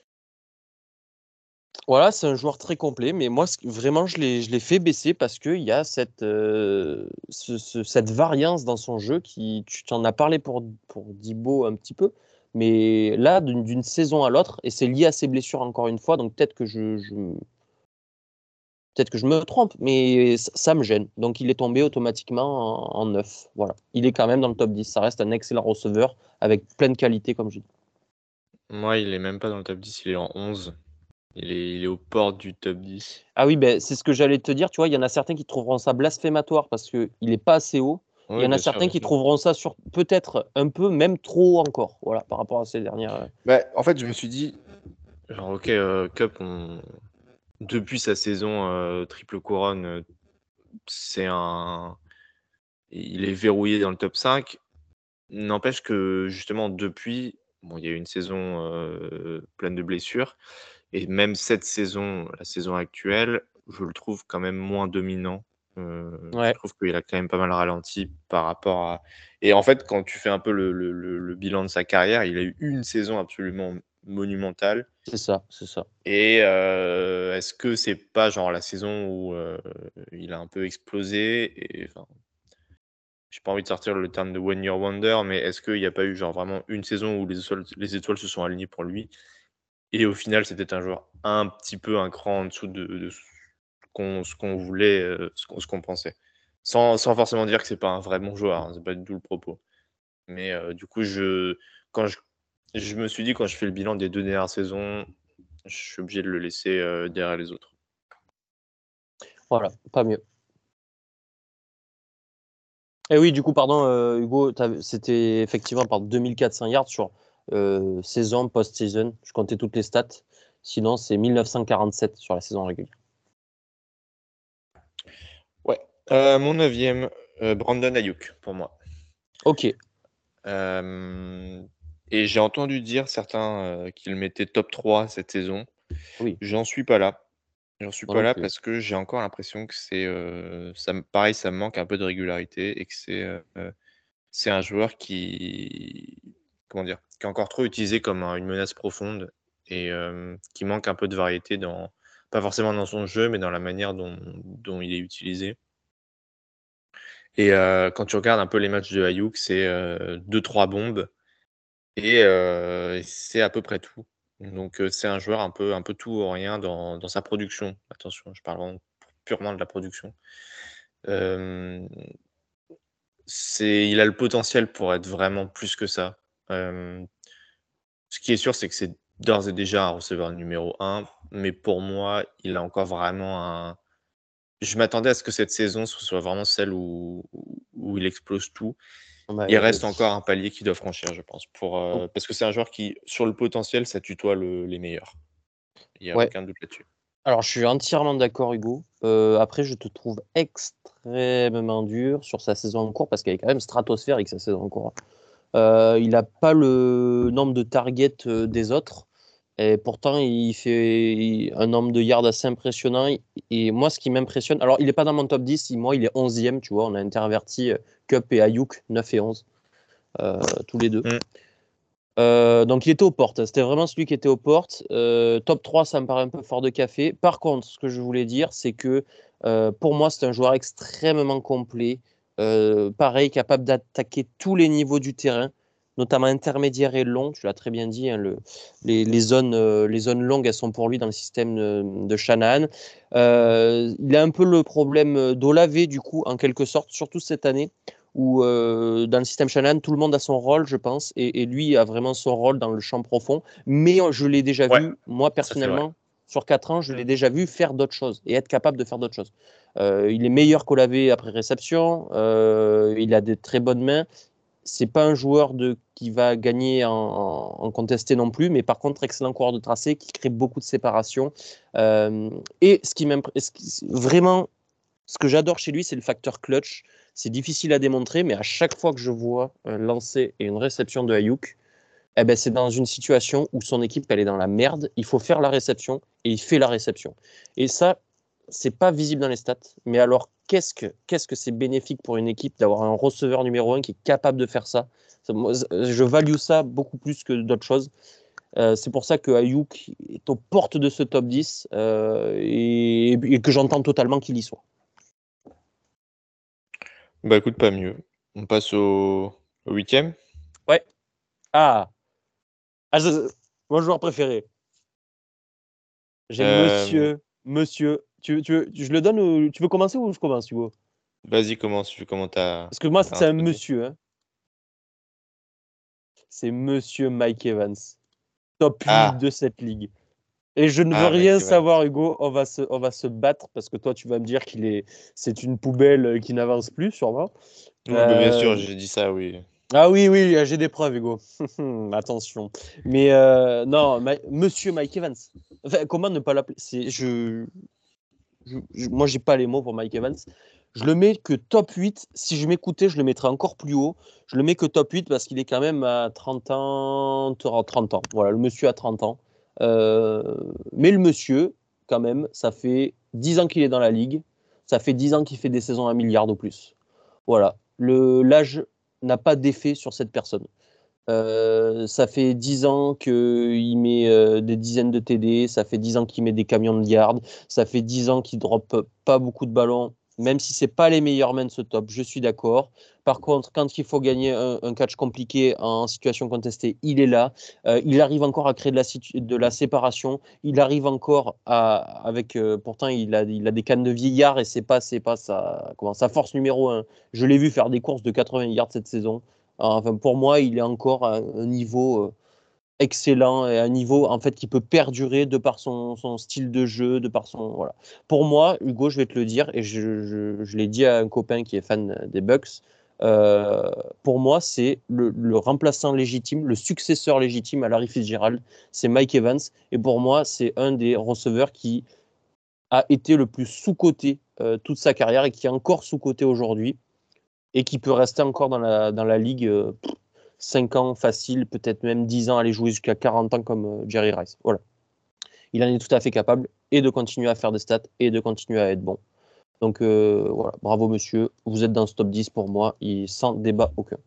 Voilà, c'est un joueur très complet, mais moi, vraiment, je l'ai, je l'ai fait baisser parce qu'il y a cette, euh, ce, ce, cette variance dans son jeu qui, tu t'en as parlé pour, pour Dibo un petit peu, mais là, d'une, d'une saison à l'autre, et c'est lié à ses blessures encore une fois, donc peut-être que je, je peut-être que je me trompe, mais ça, ça me gêne. Donc, il est tombé automatiquement en, en neuf. Voilà, il est quand même dans le top dix. Ça reste un excellent receveur avec pleine qualité, comme je dis. Moi, il est même pas dans le top dix, il est en onze. Il est, il est aux portes du top dix. Ah oui, ben, c'est ce que j'allais te dire. Tu vois, il y en a certains qui trouveront ça blasphématoire parce qu'il n'est pas assez haut. Oui, il y en a bien sûr, certains bien qui sûr. trouveront ça sur peut-être un peu, même trop encore, voilà, par rapport à ces dernières. Bah, en fait, je me suis dit, Genre, ok, euh, Cup, on... depuis sa saison euh, triple couronne, euh, c'est un. Il est verrouillé dans le top cinq. N'empêche que, justement, depuis, bon, il y a eu une saison euh, pleine de blessures. Et même cette saison, la saison actuelle, je le trouve quand même moins dominant. Euh, Je Ouais, trouve qu'il a quand même pas mal ralenti par rapport à. Et en fait, quand tu fais un peu le, le- le- le bilan de sa carrière, il a eu une saison absolument monumentale. c'est ça, c'est ça. Et euh, est-ce que c'est pas genre la saison où euh, il a un peu explosé et, enfin, j'ai pas envie de sortir le terme de One Year Wonder, mais est-ce qu'il n'y a pas eu genre vraiment une saison où les étoiles, les étoiles se sont alignées pour lui? Et au final, c'était un joueur un petit peu un cran en dessous de, de ce qu'on ce qu'on voulait, euh, ce qu'on ce qu'on pensait. Sans, sans forcément dire que c'est pas un vrai bon joueur, hein, c'est pas du tout le propos. Mais euh, du coup, je, quand je, je me suis dit, quand je fais le bilan des deux dernières saisons, je suis obligé de le laisser euh, derrière les autres. Voilà, pas mieux. Et oui, du coup, pardon, euh, Hugo, c'était effectivement par deux mille quatre cents yards sur euh, saison, post-season. Je comptais toutes les stats. Sinon, c'est mille neuf cent quarante-sept sur la saison régulière. Ouais. Euh, mon neuvième, euh, Brandon Ayuk, pour moi. Ok. Euh, et j'ai entendu dire certains euh, qu'il mettait top trois cette saison. Oui, J'en suis pas là. J'en suis moi pas non là plus. parce que j'ai encore l'impression que c'est euh, ça me pareil, ça me manque un peu de régularité et que c'est euh, c'est un joueur qui comment dire, qui est encore trop utilisé comme un- une menace profonde et euh, qui manque un peu de variété dans pas forcément dans son jeu, mais dans la manière dont, dont il est utilisé. Et euh, quand tu regardes un peu les matchs de Ayuk, c'est euh, deux trois bombes et euh, c'est à peu près tout. Donc euh, c'est un joueur un peu un peu tout ou rien dans, dans sa production. Attention, je parle vraiment purement de la production. Hem, c'est il a le potentiel pour être vraiment plus que ça. Hem, ce qui est sûr, c'est que c'est d'ores et déjà un receveur numéro un, mais pour moi, il a encore vraiment un je m'attendais à ce que cette saison, ce soit vraiment celle où où où il explose tout. Bah, Il euh, reste encore un palier qu'il doit franchir, je pense, pour, heu, parce que c'est un joueur qui, sur le potentiel, ça tutoie le les meilleurs. Il y a ouais. aucun doute là-dessus. Alors, je suis entièrement d'accord, Hugo. Euh, après, je te trouve extrêmement dur sur sa saison en cours parce qu'elle est quand même stratosphérique, sa saison en cours. Euh, il n'a pas le nombre de targets euh, des autres. Et pourtant, il fait un nombre de yards assez impressionnant. Et moi, ce qui m'impressionne, alors il n'est pas dans mon top dix, moi il est onzième, tu vois, on a interverti euh, Cup et Ayuk, neuf et onze, euh, tous les deux. Mmh. Euh, donc il était aux portes, c'était vraiment celui qui était aux portes. Euh, top trois, ça me paraît un peu fort de café. Par contre, ce que je voulais dire, c'est que euh, pour moi, c'est un joueur extrêmement complet. Euh, pareil, capable d'attaquer tous les niveaux du terrain, notamment intermédiaire et long. Tu l'as très bien dit, hein, le, les, les, zones, euh, les zones longues, elles sont pour lui dans le système de, de Shanahan. Euh, il a un peu le problème d'Olave, du coup, en quelque sorte, surtout cette année où euh, dans le système Shanahan, tout le monde a son rôle, je pense, et, et lui a vraiment son rôle dans le champ profond. Mais je l'ai déjà Ouais, vu, moi ça c'est vrai. personnellement, sur quatre ans, je l'ai déjà vu faire d'autres choses et être capable de faire d'autres choses. Euh, il est meilleur qu'Olave après réception, euh, il a de très bonnes mains. C'est pas un joueur de, qui va gagner en, en contesté non plus, mais par contre, excellent coureur de tracé qui crée beaucoup de séparation. Euh, et ce qui m'impressionne, vraiment, ce que j'adore chez lui, c'est le facteur clutch. C'est difficile à démontrer, mais à chaque fois que je vois un lancer et une réception de Ayuk, eh ben, c'est dans une situation où son équipe elle est dans la merde. Il faut faire la réception et il fait la réception. Et ça, c'est pas visible dans les stats. Mais alors, qu'est-ce que qu'est-ce que c'est bénéfique pour une équipe d'avoir un receveur numéro un qui est capable de faire ça. Ça, moi, je value ça beaucoup plus que d'autres choses. Euh, c'est pour ça que Ayuk est aux portes de ce top dix euh, et, et que j'entends totalement qu'il y soit. Bah écoute, pas mieux. On passe au, au huitième. Ouais. Ah, ah je- mon joueur préféré. J'ai Euh, monsieur, monsieur. Tu, tu, veux- je le donne ou tu veux commencer ou je commence, Hugo? Vas-y, commence. Je comment t'as Parce que moi, t'as c'est un introduit. monsieur. Hein. C'est monsieur Mike Evans. Top huit Ah, de cette ligue. Et je ne veux ah, Mike rien Evans. savoir, Hugo. On va, se, on va se battre parce que toi, tu vas me dire qu'il est, c'est une poubelle qui n'avance plus, sûrement. Oui, bah, bien sûr, Euh, j'ai dit ça, oui. Ah oui, oui, j'ai des preuves, Hugo. Attention. Mais euh, non, Ma- monsieur Mike Evans. Enfin, comment ne pas l'appeler c'est, je, je, je- Moi, j'ai pas les mots pour Mike Evans. Je le mets que top huit. Si je m'écoutais, je le mettrais encore plus haut. Je le mets que top huit parce qu'il est quand même à trente ans. trente ans. Voilà, le monsieur a trente ans. Euh, mais le monsieur, quand même, ça fait dix ans qu'il est dans la ligue. Ça fait dix ans qu'il fait des saisons à un milliard ou plus. Voilà. Le, l'âge n'a pas d'effet sur cette personne. Euh, ça fait dix ans qu'il met euh, des dizaines de T D, ça fait dix ans qu'il met des camions de yards, ça fait dix ans qu'il ne droppe pas beaucoup de ballons, même si ce n'est pas les meilleurs men ce top, je suis d'accord. Par contre, quand il faut gagner un, un catch compliqué en situation contestée, il est là. Euh, il arrive encore à créer de la, situ- de la séparation. Il arrive encore à, avec, euh, pourtant il a, il a des cannes de vieillard et c'est pas, c'est pas sa, comment, sa force numéro un. Je l'ai vu faire des courses de quatre-vingts yards cette saison. Enfin, pour moi, il est encore à un niveau euh, excellent et un niveau en fait qui peut perdurer de par son, son style de jeu, de par son voilà. Pour moi, Hugo, je vais te le dire et je, je, je l'ai dit à un copain qui est fan des Bucks. Euh, pour moi, c'est le, le remplaçant légitime, le successeur légitime à Larry Fitzgerald, c'est Mike Evans. Et pour moi, c'est un des receveurs qui a été le plus sous-coté euh, toute sa carrière et qui est encore sous-coté aujourd'hui et qui peut rester encore dans la, dans la ligue euh, cinq ans facile, peut-être même dix ans, aller jouer jusqu'à quarante ans comme euh, Jerry Rice. Voilà. Il en est tout à fait capable et de continuer à faire des stats et de continuer à être bon. Donc euh, voilà, bravo monsieur, vous êtes dans ce top dix pour moi, et sans débat aucun.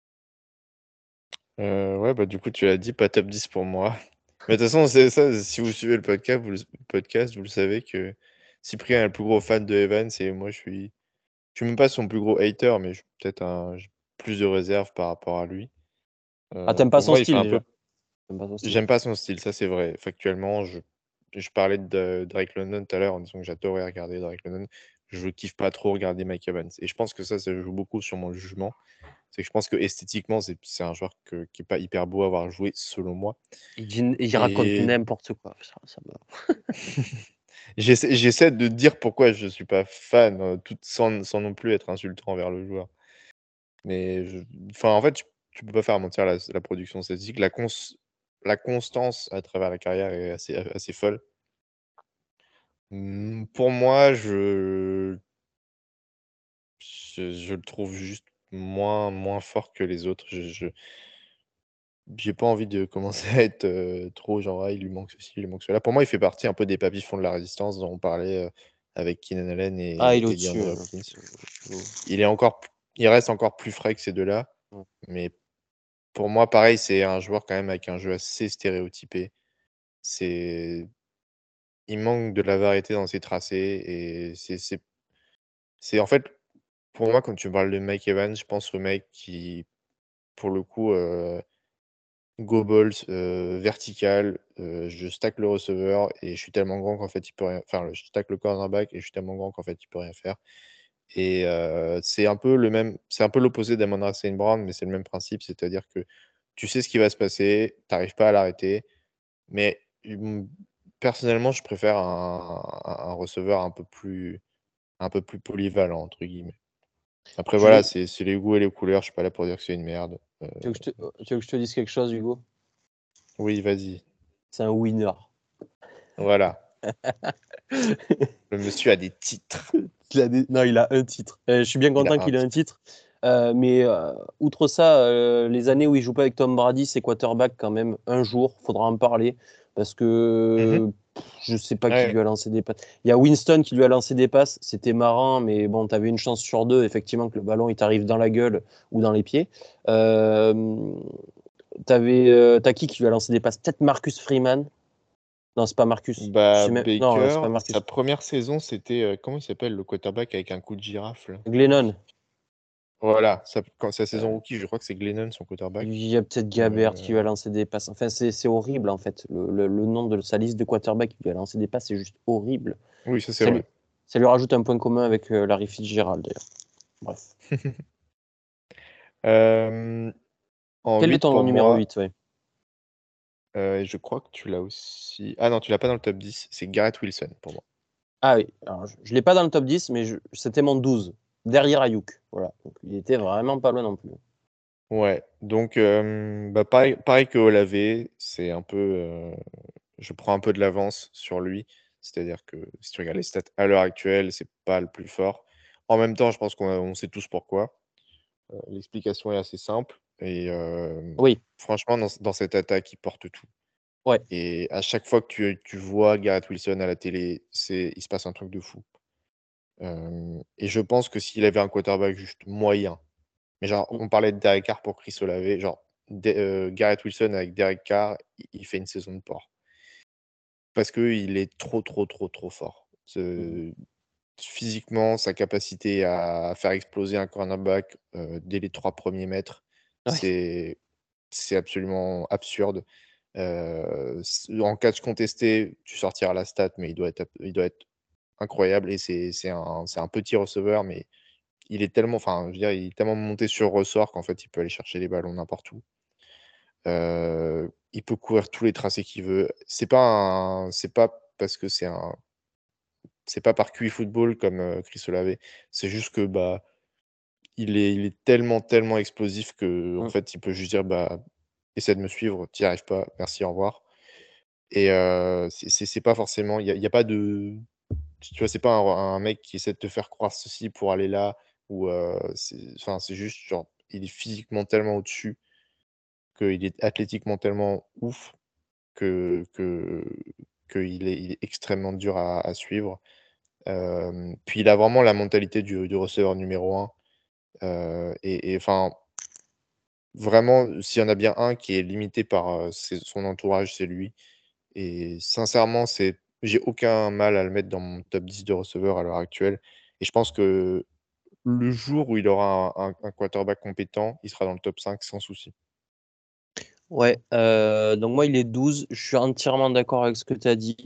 Euh, ouais, bah du coup, tu l'as dit, pas top dix pour moi. Mais de toute façon, c'est ça, si vous suivez le podcast, vous le, podcast, vous le savez que Cyprien est le plus gros fan de Evans et moi, je suis, je suis même pas son plus gros hater, mais je suis peut-être un, j'ai plus de réserve par rapport à lui. Ah, Euh, t'aimes pas pour son moi, il fait style un peu. déjà. T'aimes pas son style. J'aime pas son style, ça c'est vrai. Factuellement, je, je parlais de Drake London tout à l'heure en disant que j'adorais regarder Drake London. Je kiffe pas trop regarder Mike Evans. Et je pense que ça, ça joue beaucoup sur mon jugement. C'est que je pense que esthétiquement, c'est c'est un joueur que- qui est pas hyper beau à avoir joué, selon moi. Il, dit- il raconte Et n'importe quoi. Ça, ça me- j'essaie j'essaie de dire pourquoi je suis pas fan, euh, tout, sans, sans non plus être insultant envers le joueur. Mais je- enfin, en fait, tu, tu peux pas faire mentir la, la production statistique. La, cons, la constance à travers la carrière est assez, assez folle. Mmh, pour moi, je je je le trouve juste moins moins fort que les autres. Je je j'ai pas envie de commencer à être, heu, trop genre: «Ah, il lui manque ceci, il lui manque cela». Pour moi, il fait partie un peu des papis fonds de la résistance dont on parlait, heu, avec Keenan Allen Ah, il est et et au-dessus. DeAndre euh, Hopkins. euh, Il est encore p il reste encore plus frais que ces deux-là, euh, mais pour moi, pareil, c'est un joueur quand même avec un jeu assez stéréotypé. C'est il manque de la variété dans ses tracés et c'est c'est c'est en fait, pour moi, quand tu me parles de Mike Evans, je pense au mec qui, pour le coup, heu, go balls, heu, vertical, heu, je stack le receveur et je suis tellement grand qu'en fait il peut rien enfin, je stack le cornerback et je suis tellement grand qu'en fait il peut rien faire et heu, c'est un peu le même c'est un peu l'opposé d'Amon-Ra Saint Brown, mais c'est le même principe. C'est-à-dire que tu sais ce qui va se passer, tu arrives pas à l'arrêter, mais mmh personnellement, je préfère un, un- un receveur un peu plus, un peu plus polyvalent, entre guillemets. Après, Tu voilà, veux, c'est c'est les goûts et les couleurs. Je suis pas là pour dire que c'est une merde. Euh, tu veux que je te, tu veux que je te dise quelque chose, Hugo? oui, vas-y. C'est un winner. Voilà. Le monsieur a des titres. Il a des- Non, il a un titre. Euh, je suis bien Il a content un qu'il ait un titre. titre. Euh, mais euh, outre ça, euh, les années où il joue pas avec Tom Brady, c'est quarterback quand même. Un jour, faudra en parler parce Mhm. que pff, je sais pas qui Ouais. lui a lancé des passes. Il y a Winston qui lui a lancé des passes. C'était marrant, mais bon, tu avais une chance sur deux, effectivement, que le ballon il t'arrive dans la gueule ou dans les pieds. Euh, t'avais, euh, t'as qui qui lui a lancé des passes? Peut-être Marcus Freeman. Non, c'est pas Marcus. Je Bah, sais même... Non, c'est Baker, pas sa Marcus. première saison, c'était, euh, comment il s'appelle, le quarterback avec un coup de girafe, là? Glennon. Voilà, sa, quand sa Euh, saison rookie, je crois que c'est Glennon, son quarterback. Il y a peut-être Gabbert qui Euh, lui a lancé des passes. Enfin, c'est c'est horrible, en fait. Le, le- le nom de sa liste de quarterbacks qui lui a lancé des passes, c'est juste horrible. Oui, ça c'est Ça lui, vrai. ça lui rajoute un point commun avec euh, Larry Fitzgerald, d'ailleurs. Bref. Euh, en Quel est huit ton pour numéro moi, huit, ouais. euh, je crois que tu l'as aussi. Ah non, tu l'as pas dans le top dix, c'est Garrett Wilson pour moi. Ah oui, alors, je ne l'ai pas dans le top dix, mais je- c'était mon douze, derrière Ayuk. Voilà. Donc, il était vraiment pas loin non plus. Ouais, donc euh, bah, pareil, pareil que Olave, c'est un peu. euh, je prends un peu de l'avance sur lui. C'est-à-dire que si tu regardes les stats à l'heure actuelle, c'est pas le plus fort. En même temps, je pense qu'on on sait tous pourquoi. Euh, l'explication est assez simple. Et euh, Oui, franchement, dans, dans cette attaque, il porte tout. ouais. Et à chaque fois que tu, tu vois Garrett Wilson à la télé, c'est, il se passe un truc de fou. Euh, et je pense que s'il avait un quarterback juste moyen, mais genre, Mm. on parlait de Derek Carr pour Chris Olave, genre, De- euh, Garrett Wilson avec Derek Carr, il, il fait une saison de porc. Parce qu'il est trop, trop, trop, trop fort. Mhm. Ce- Physiquement, sa capacité à faire exploser un cornerback euh, dès les trois premiers mètres, Ouais. c'est c'est absolument absurde. Euh, s- en catch contesté, tu sortiras la stat, mais il doit être, il doit être incroyable. Et c'est c'est un, c'est un petit receveur, mais il est tellement, enfin, je veux dire, il est tellement monté sur ressort qu'en fait, il peut aller chercher les ballons n'importe où. Euh, il peut courir tous les tracés qu'il veut. C'est pas un, c'est pas parce que c'est un, c'est pas par Q I football comme euh, Chris Olave. C'est juste que bah, il est, il est tellement, tellement explosif que en Mm. fait, il peut juste dire bah, essaie de me suivre, t'y arrives pas, merci, au revoir. Et euh, c'est c'est- c'est pas forcément, il y a, il y a pas de, tu vois, c'est pas un, un mec qui essaie de te faire croire ceci pour aller là, ou euh, c'est, enfin, c'est juste genre, il est physiquement tellement au-dessus, qu'il est athlétiquement tellement ouf que, que, qu'il est, il est extrêmement dur à, à suivre. Euh, puis il a vraiment la mentalité du, du receveur numéro un. Euh, et et enfin, vraiment, s'il y en a bien un qui est limité par euh, ses- son entourage, c'est lui. Et sincèrement, c'est, j'ai aucun mal à le mettre dans mon top dix de receveurs à l'heure actuelle. Et je pense que le jour où il aura un, un- un quarterback compétent, il sera dans le top cinq sans souci. Ouais, euh, donc moi il est douze, je suis entièrement d'accord avec ce que tu as dit.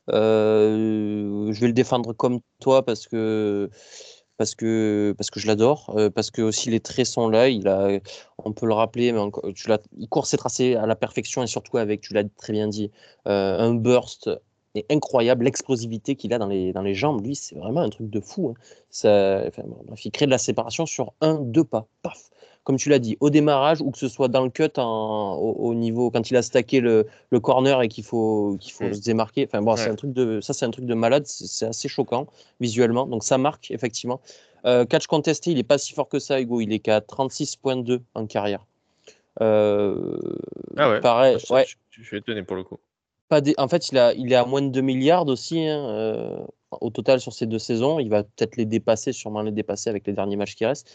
Euh, je vais le défendre comme toi parce que parce que parce que je l'adore, euh, parce que aussi les traits sont là, il a, on peut le rappeler, mais encore, tu l'as, il court ses tracés à la perfection et surtout avec, tu l'as très bien dit, euh, un burst est incroyable, l'explosivité qu'il a dans les dans les jambes, lui c'est vraiment un truc de fou, hein. Ça, enfin, bon, bref, il crée de la séparation sur un deux pas, paf. Comme tu l'as dit, au démarrage ou que ce soit dans le cut en- au, au niveau quand il a stacké le, le corner et qu'il faut qu'il faut Mm. se démarquer. Enfin bon, c'est Ouais. un truc de ça, c'est un truc de malade. C'est c'est assez choquant visuellement. Donc ça marque effectivement. Euh, catch contesté, il est pas si fort que ça, Hugo. Il est qu'à trente-six virgule deux en carrière. Euh, Ah ouais, pareil, je, ouais. je- je suis étonné pour le coup. Pas des- En fait, il a, il est à moins de deux milliards aussi, hein, euh, au total sur ces deux saisons. Il va peut-être les dépasser, sûrement les dépasser avec les derniers matchs qui restent.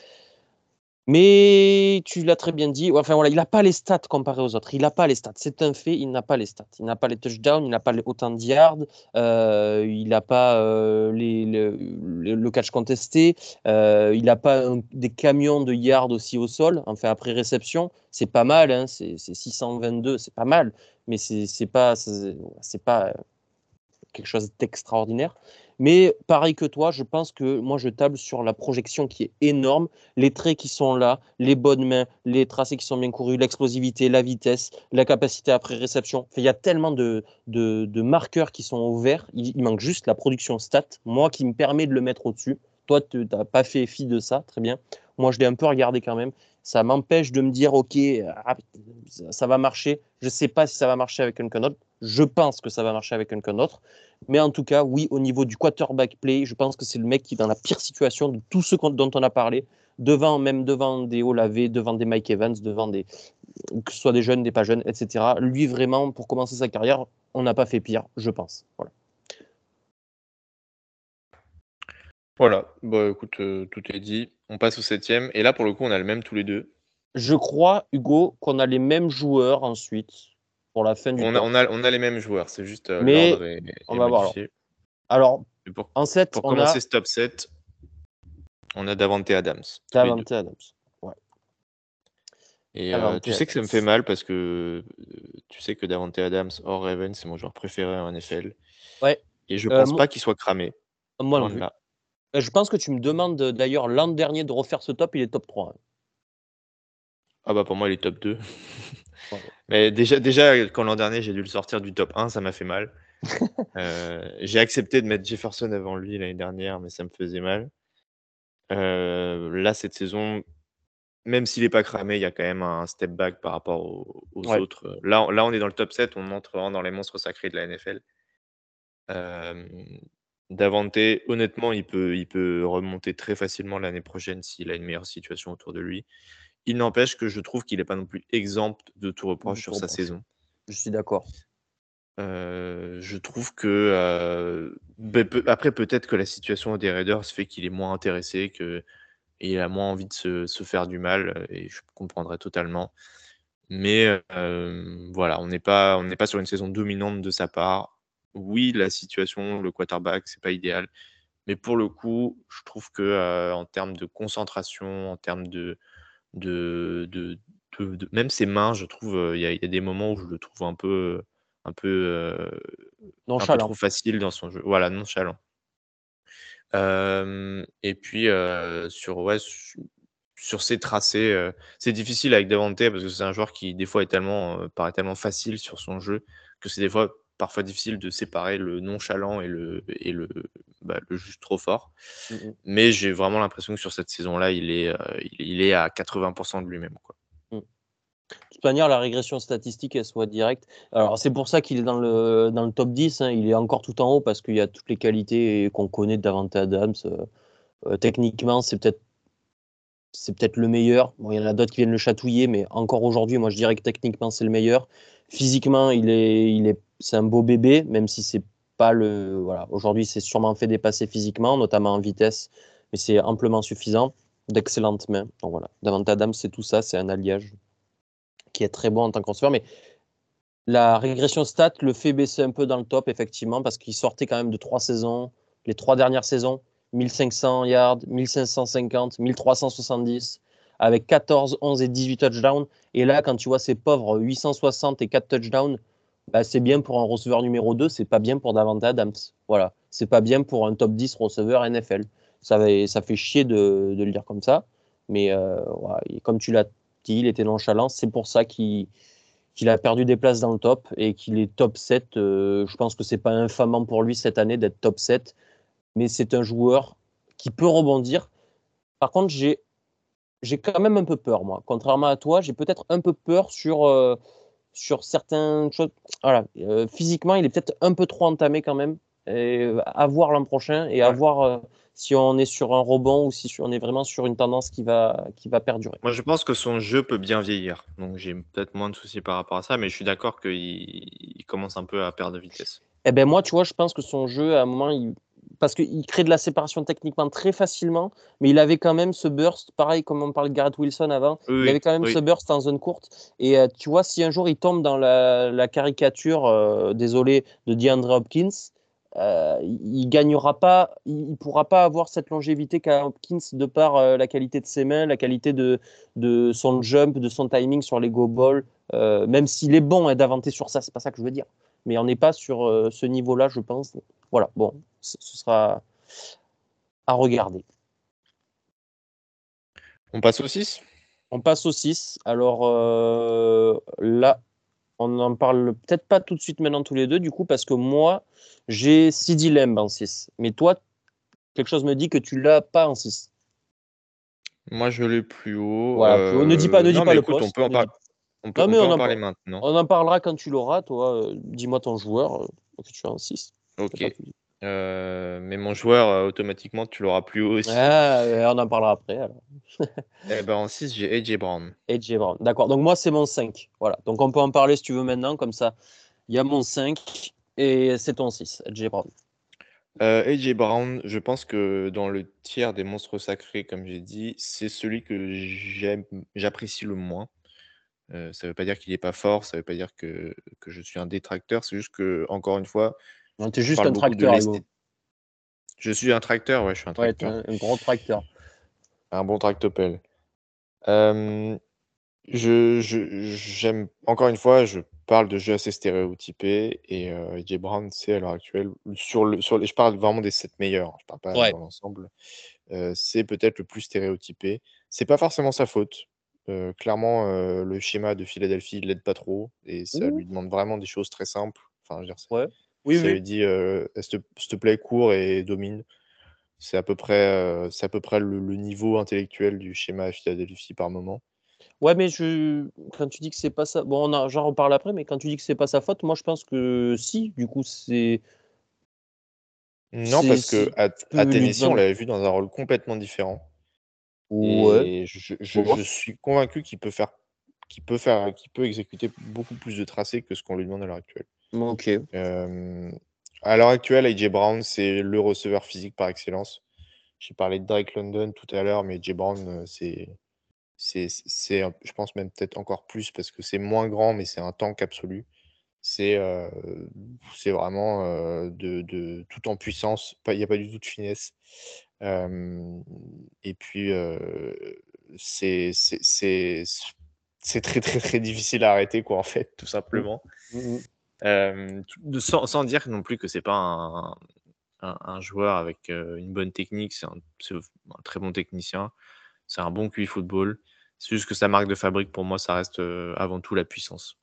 Mais tu l'as très bien dit. Enfin voilà, il n'a pas les stats comparé aux autres. Il n'a pas les stats. C'est un fait. Il n'a pas les stats. Il n'a pas les touchdowns. Il n'a pas les, autant de yards. Euh, il n'a pas euh, les, le, le- le catch contesté. Euh, il n'a pas un- des camions de yards aussi au sol. Enfin après réception, c'est pas mal. Hein, c'est c'est six cent vingt-deux. C'est pas mal. Mais c'est c'est pas c'est c'est pas quelque chose d'extraordinaire. Mais pareil que toi, je pense que moi, je table sur la projection qui est énorme, les traits qui sont là, les bonnes mains, les tracés qui sont bien courus, l'explosivité, la vitesse, la capacité après réception. Enfin, il y a tellement de, de, de marqueurs qui sont au vert. Il, il manque juste la production stat, moi, qui me permet de le mettre au-dessus. Toi, tu n'as pas fait fi de ça, très bien. Moi, je l'ai un peu regardé quand même. Ça m'empêche de me dire, OK, ah, ça va marcher. Je ne sais pas si ça va marcher avec quelqu'un d'autre. Je pense que ça va marcher avec quelqu'un d'autre. Mais en tout cas, oui, au niveau du quarterback play, je pense que c'est le mec qui est dans la pire situation de tous ceux dont on a parlé, devant, même devant des Olave, devant des Mike Evans, devant des, que ce soit des jeunes, des pas jeunes, et cetera. Lui, vraiment, pour commencer sa carrière, on n'a pas fait pire, je pense. Voilà. Voilà, bah écoute, euh, tout est dit. On passe au septième. Et là, pour le coup, on a le même tous les deux. Je crois, Hugo, qu'on a les mêmes joueurs ensuite pour la fin du On a, top. on a, on a les mêmes joueurs, c'est juste euh, Mais l'ordre est, on est va voir alors. modifié. Alors, Et pour en sept, pour on commencer a ce top sept, on a Davante Adams. tous les deux. Davante Adams. Ouais. Et euh, Davante tu sais que ça me Adams. fait mal parce que euh, tu sais que Davante Adams hors Ravens, c'est mon joueur préféré en N F L. Ouais. Et je Euh, pense mo- pas qu'il soit cramé. moi non Loin de plus. là. Euh, Je pense que tu me demandes euh, d'ailleurs l'an dernier de refaire ce top, il est top trois. hein. Ah bah pour moi, il est top deux. Ouais. Mais déjà, déjà quand l'an dernier, j'ai dû le sortir du top un, ça m'a fait mal. Euh, j'ai accepté de mettre Jefferson avant lui l'année dernière, mais ça me faisait mal. Euh, là, cette saison, même s'il n'est pas cramé, il y a quand même un step back par rapport aux, aux Ouais. autres. Là, on- là, on est dans le top sept, on entre vraiment dans les monstres sacrés de la N F L. Euh, Davante, honnêtement, il peut, il peut remonter très facilement l'année prochaine s'il a une meilleure situation autour de lui. Il n'empêche que je trouve qu'il n'est pas non plus exempt de tout reproche Du sur tout sa reproche. saison. Je suis d'accord. Euh, je trouve que euh, ben, peut- après peut-être que la situation des Raiders fait qu'il est moins intéressé, que il a moins envie de se, se faire du mal, euh, et je comprendrais totalement. Mais euh, voilà, on n'est pas on n'est pas sur une saison dominante de sa part. Oui, la situation, le quarterback, c'est pas idéal, mais pour le coup, je trouve que euh, en termes de concentration, en termes de de, de, de- de- même ses mains, je trouve, euh, il y, a il y a des moments où je le trouve un peu un peu euh, un peu trop Nonchalant. facile dans son jeu. Voilà, nonchalant. Hem et puis, heu, sur ouais, su sur ses tracés, heu, c'est difficile avec Davante parce que c'est un joueur qui, des fois, est tellement, heu, paraît tellement facile sur son jeu que c'est des fois parfois difficile de séparer le nonchalant et le et le, bah, le juste trop fort. Mm, mm, Mais j'ai vraiment l'impression que sur cette saison-là, il est, heu, il est il est à quatre-vingts de lui-même, quoi. mm. De toute manière, la régression statistique, elle soit directe. Alors, c'est pour ça qu'il est dans le, dans le top dix. hein. Il est encore tout en haut parce qu'il y a toutes les qualités qu'on connaît de Davante Adams. Euh, euh, techniquement, c'est peut-être c'est peut-être le meilleur. Bon, il y en a d'autres qui viennent le chatouiller, mais encore aujourd'hui, moi, je dirais que techniquement, c'est le meilleur. Physiquement, il est, il est, c'est un beau bébé, même si c'est pas le. Voilà. Aujourd'hui, c'est sûrement fait dépasser physiquement, notamment en vitesse, mais c'est amplement suffisant. D'excellentes mains. Donc voilà. Davante Adams, c'est tout ça. C'est un alliage qui est très bon en tant que receveur. Mais la régression stat le fait baisser un peu dans le top, effectivement, parce qu'il sortait quand même de trois saisons, les trois dernières saisons, mille cinq cents yards, mille cinq cent cinquante, mille trois cent soixante-dix, avec quatorze, onze et dix-huit touchdowns. Et là, quand tu vois ces pauvres huit cent soixante et quatre touchdowns, bah, c'est bien pour un receveur numéro deux, c'est pas bien pour Davante Adams. Voilà, c'est pas bien pour un top dix receveur N F L. Ça, va, ça fait chier de, de le dire comme ça, mais euh, voilà, comme tu l'as dit, il était nonchalant, c'est pour ça qu'il qu'il a perdu des places dans le top et qu'il est top sept. Euh, je pense que c'est pas infamant pour lui cette année d'être top sept, mais c'est un joueur qui peut rebondir. Par contre, j'ai, j'ai quand même un peu peur, moi. Contrairement à toi, j'ai peut-être un peu peur sur, euh, sur certaines choses. Voilà. Euh, physiquement, il est peut-être un peu trop entamé quand même. Et, euh, à voir l'an prochain et à Ouais. voir euh, si on est sur un rebond ou si on est vraiment sur une tendance qui va, qui va perdurer. Moi, je pense que son jeu peut bien vieillir, donc j'ai peut-être moins de soucis par rapport à ça, mais je suis d'accord qu'il il commence un peu à perdre de vitesse. Eh ben moi, tu vois, je pense que son jeu, à un moment, il... parce qu'il crée de la séparation techniquement très facilement, mais il avait quand même ce burst, pareil comme on parlait de Garrett Wilson avant, Oui, il oui, avait quand même oui. ce burst en zone courte. Et euh, tu vois, si un jour il tombe dans la, la caricature, euh, désolé, de DeAndre Hopkins, euh, il gagnera pas, il, il pourra pas avoir cette longévité qu'a Hopkins de par euh, la qualité de ses mains, la qualité de, de son jump, de son timing sur les go balls, euh, même s'il est bon hein, d'inventer sur ça, c'est pas ça que je veux dire mais on n'est pas sur euh, ce niveau-là, je pense. Voilà, bon, ce sera à regarder. On passe au six. On passe au six. Alors euh, là, on n'en parle peut-être pas tout de suite maintenant tous les deux, du coup, parce que moi, j'ai CeeDee Lamb en six. Mais toi, quelque chose me dit que tu l'as pas en six. Moi, je l'ai plus haut. Voilà, plus haut. Ne dis pas, ne dis non, pas mais le écoute, on poste. peut en, Ne par- dis- on peut, Non, on mais peut on en en, parler par- maintenant. on en parlera quand tu l'auras. Toi, euh, dis-moi ton joueur euh, que tu as en six. Ok. C'est pas tout. Euh, mais mon joueur, euh, automatiquement, tu l'auras plus haut aussi. Ah, ouais, on en parlera après. Alors. Eh ben, en six, j'ai A J Brown. A J Brown. D'accord. Donc moi, c'est mon cinq. Voilà. Donc on peut en parler si tu veux maintenant. Comme ça, il y a mon cinq et c'est ton six. A J Brown. Euh, A J Brown, je pense que dans le tiers des monstres sacrés, comme j'ai dit, c'est celui que j'aime, j'apprécie le moins. Euh, ça ne veut pas dire qu'il n'est pas fort, ça ne veut pas dire que, que je suis un détracteur, c'est juste que, encore une fois, Non, t'es je juste parle un beaucoup de tracteur, Hugo. l'esthétique. Je suis un tracteur, ouais, je suis un Ouais, t'es tracteur. un, un gros tracteur. Un bon tractopelle. Euh, je, je- j'aime, encore une fois, je parle de jeux assez stéréotypés et euh, A J Brown, c'est à l'heure actuelle, sur le, sur les, je parle vraiment des sept meilleurs, je parle pas Ouais. dans l'ensemble. Euh, c'est peut-être le plus stéréotypé. C'est pas forcément sa faute. Euh, clairement, euh, le schéma de Philadelphie ne l'aide pas trop et ça Ouh. lui demande vraiment des choses très simples. Enfin, je veux dire, ça, Ouais. Oui, ça oui. lui dit euh, s'il te, s'il te plaît, cours et domine. C'est à peu près, euh, c'est à peu près le, le niveau intellectuel du schéma à Philadelphie par moment. Ouais, mais je... quand tu dis que c'est pas ça. Bon, on a... j'en reparle après, mais quand tu dis que c'est pas sa faute, moi je pense que si, du coup, c'est. Non, c'est... parce que c'est- à, tu à peux lui Tennessee, on demander. l'avait vu dans un rôle complètement différent. Ouais. Et je, je- je suis convaincu qu'il peut faire, qu'il peut faire, qu'il peut exécuter beaucoup plus de tracés que ce qu'on lui demande à l'heure actuelle. Ok. Euh, à l'heure actuelle, A J Brown, c'est le receveur physique par excellence. J'ai parlé de Drake London tout à l'heure, mais A J Brown, euh, c'est, c'est, c'est, un- je pense même peut-être encore plus parce que c'est moins grand, mais c'est un tank absolu. C'est, euh, c'est vraiment euh, de, de tout en puissance. Pas- Il n'y a pas du tout de finesse. Euh, et puis, euh, c'est, c'est, c'est, c'est très, très, très difficile à arrêter, quoi, en fait, tout simplement. Mhm. Euh, De- sans, sans dire non plus que c'est pas un, un- un joueur avec euh, une bonne technique, c'est un, c'est un très bon technicien, c'est un bon Q I football. C'est juste que sa marque de fabrique, pour moi, ça reste euh, avant tout la puissance.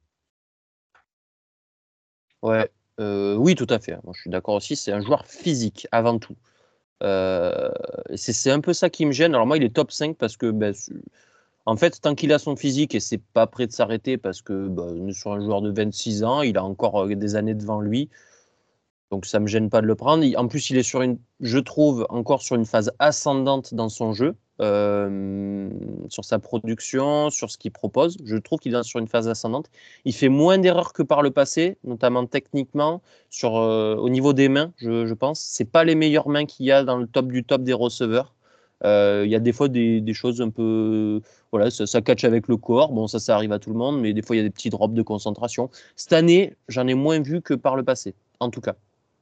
Ouais. Euh, oui, tout à fait. Moi, je suis d'accord aussi. C'est un joueur physique avant tout. Euh, c'est, c'est un peu ça qui me gêne. Alors moi, il est top cinq parce que, ben, c'est- en fait, tant qu'il a son physique et c'est pas prêt de s'arrêter parce que ben, on est sur un joueur de vingt-six ans, il a encore euh, des années devant lui. Donc ça me gêne pas de le prendre. Il- En plus, il est sur une, je trouve, encore sur une phase ascendante dans son jeu, euh, sur sa production, sur ce qu'il propose. Je trouve qu'il est sur une phase ascendante. Il fait moins d'erreurs que par le passé, notamment techniquement, sur, euh, au niveau des mains, je, je pense. C'est pas les meilleures mains qu'il y a dans le top du top des receveurs. Euh, Il y a des fois des, des choses un peu, voilà, ça, ça catch avec le corps. Bon, ça, ça arrive à tout le monde, mais des fois il y a des petits drops de concentration. Cette année, j'en ai moins vu que par le passé, en tout cas.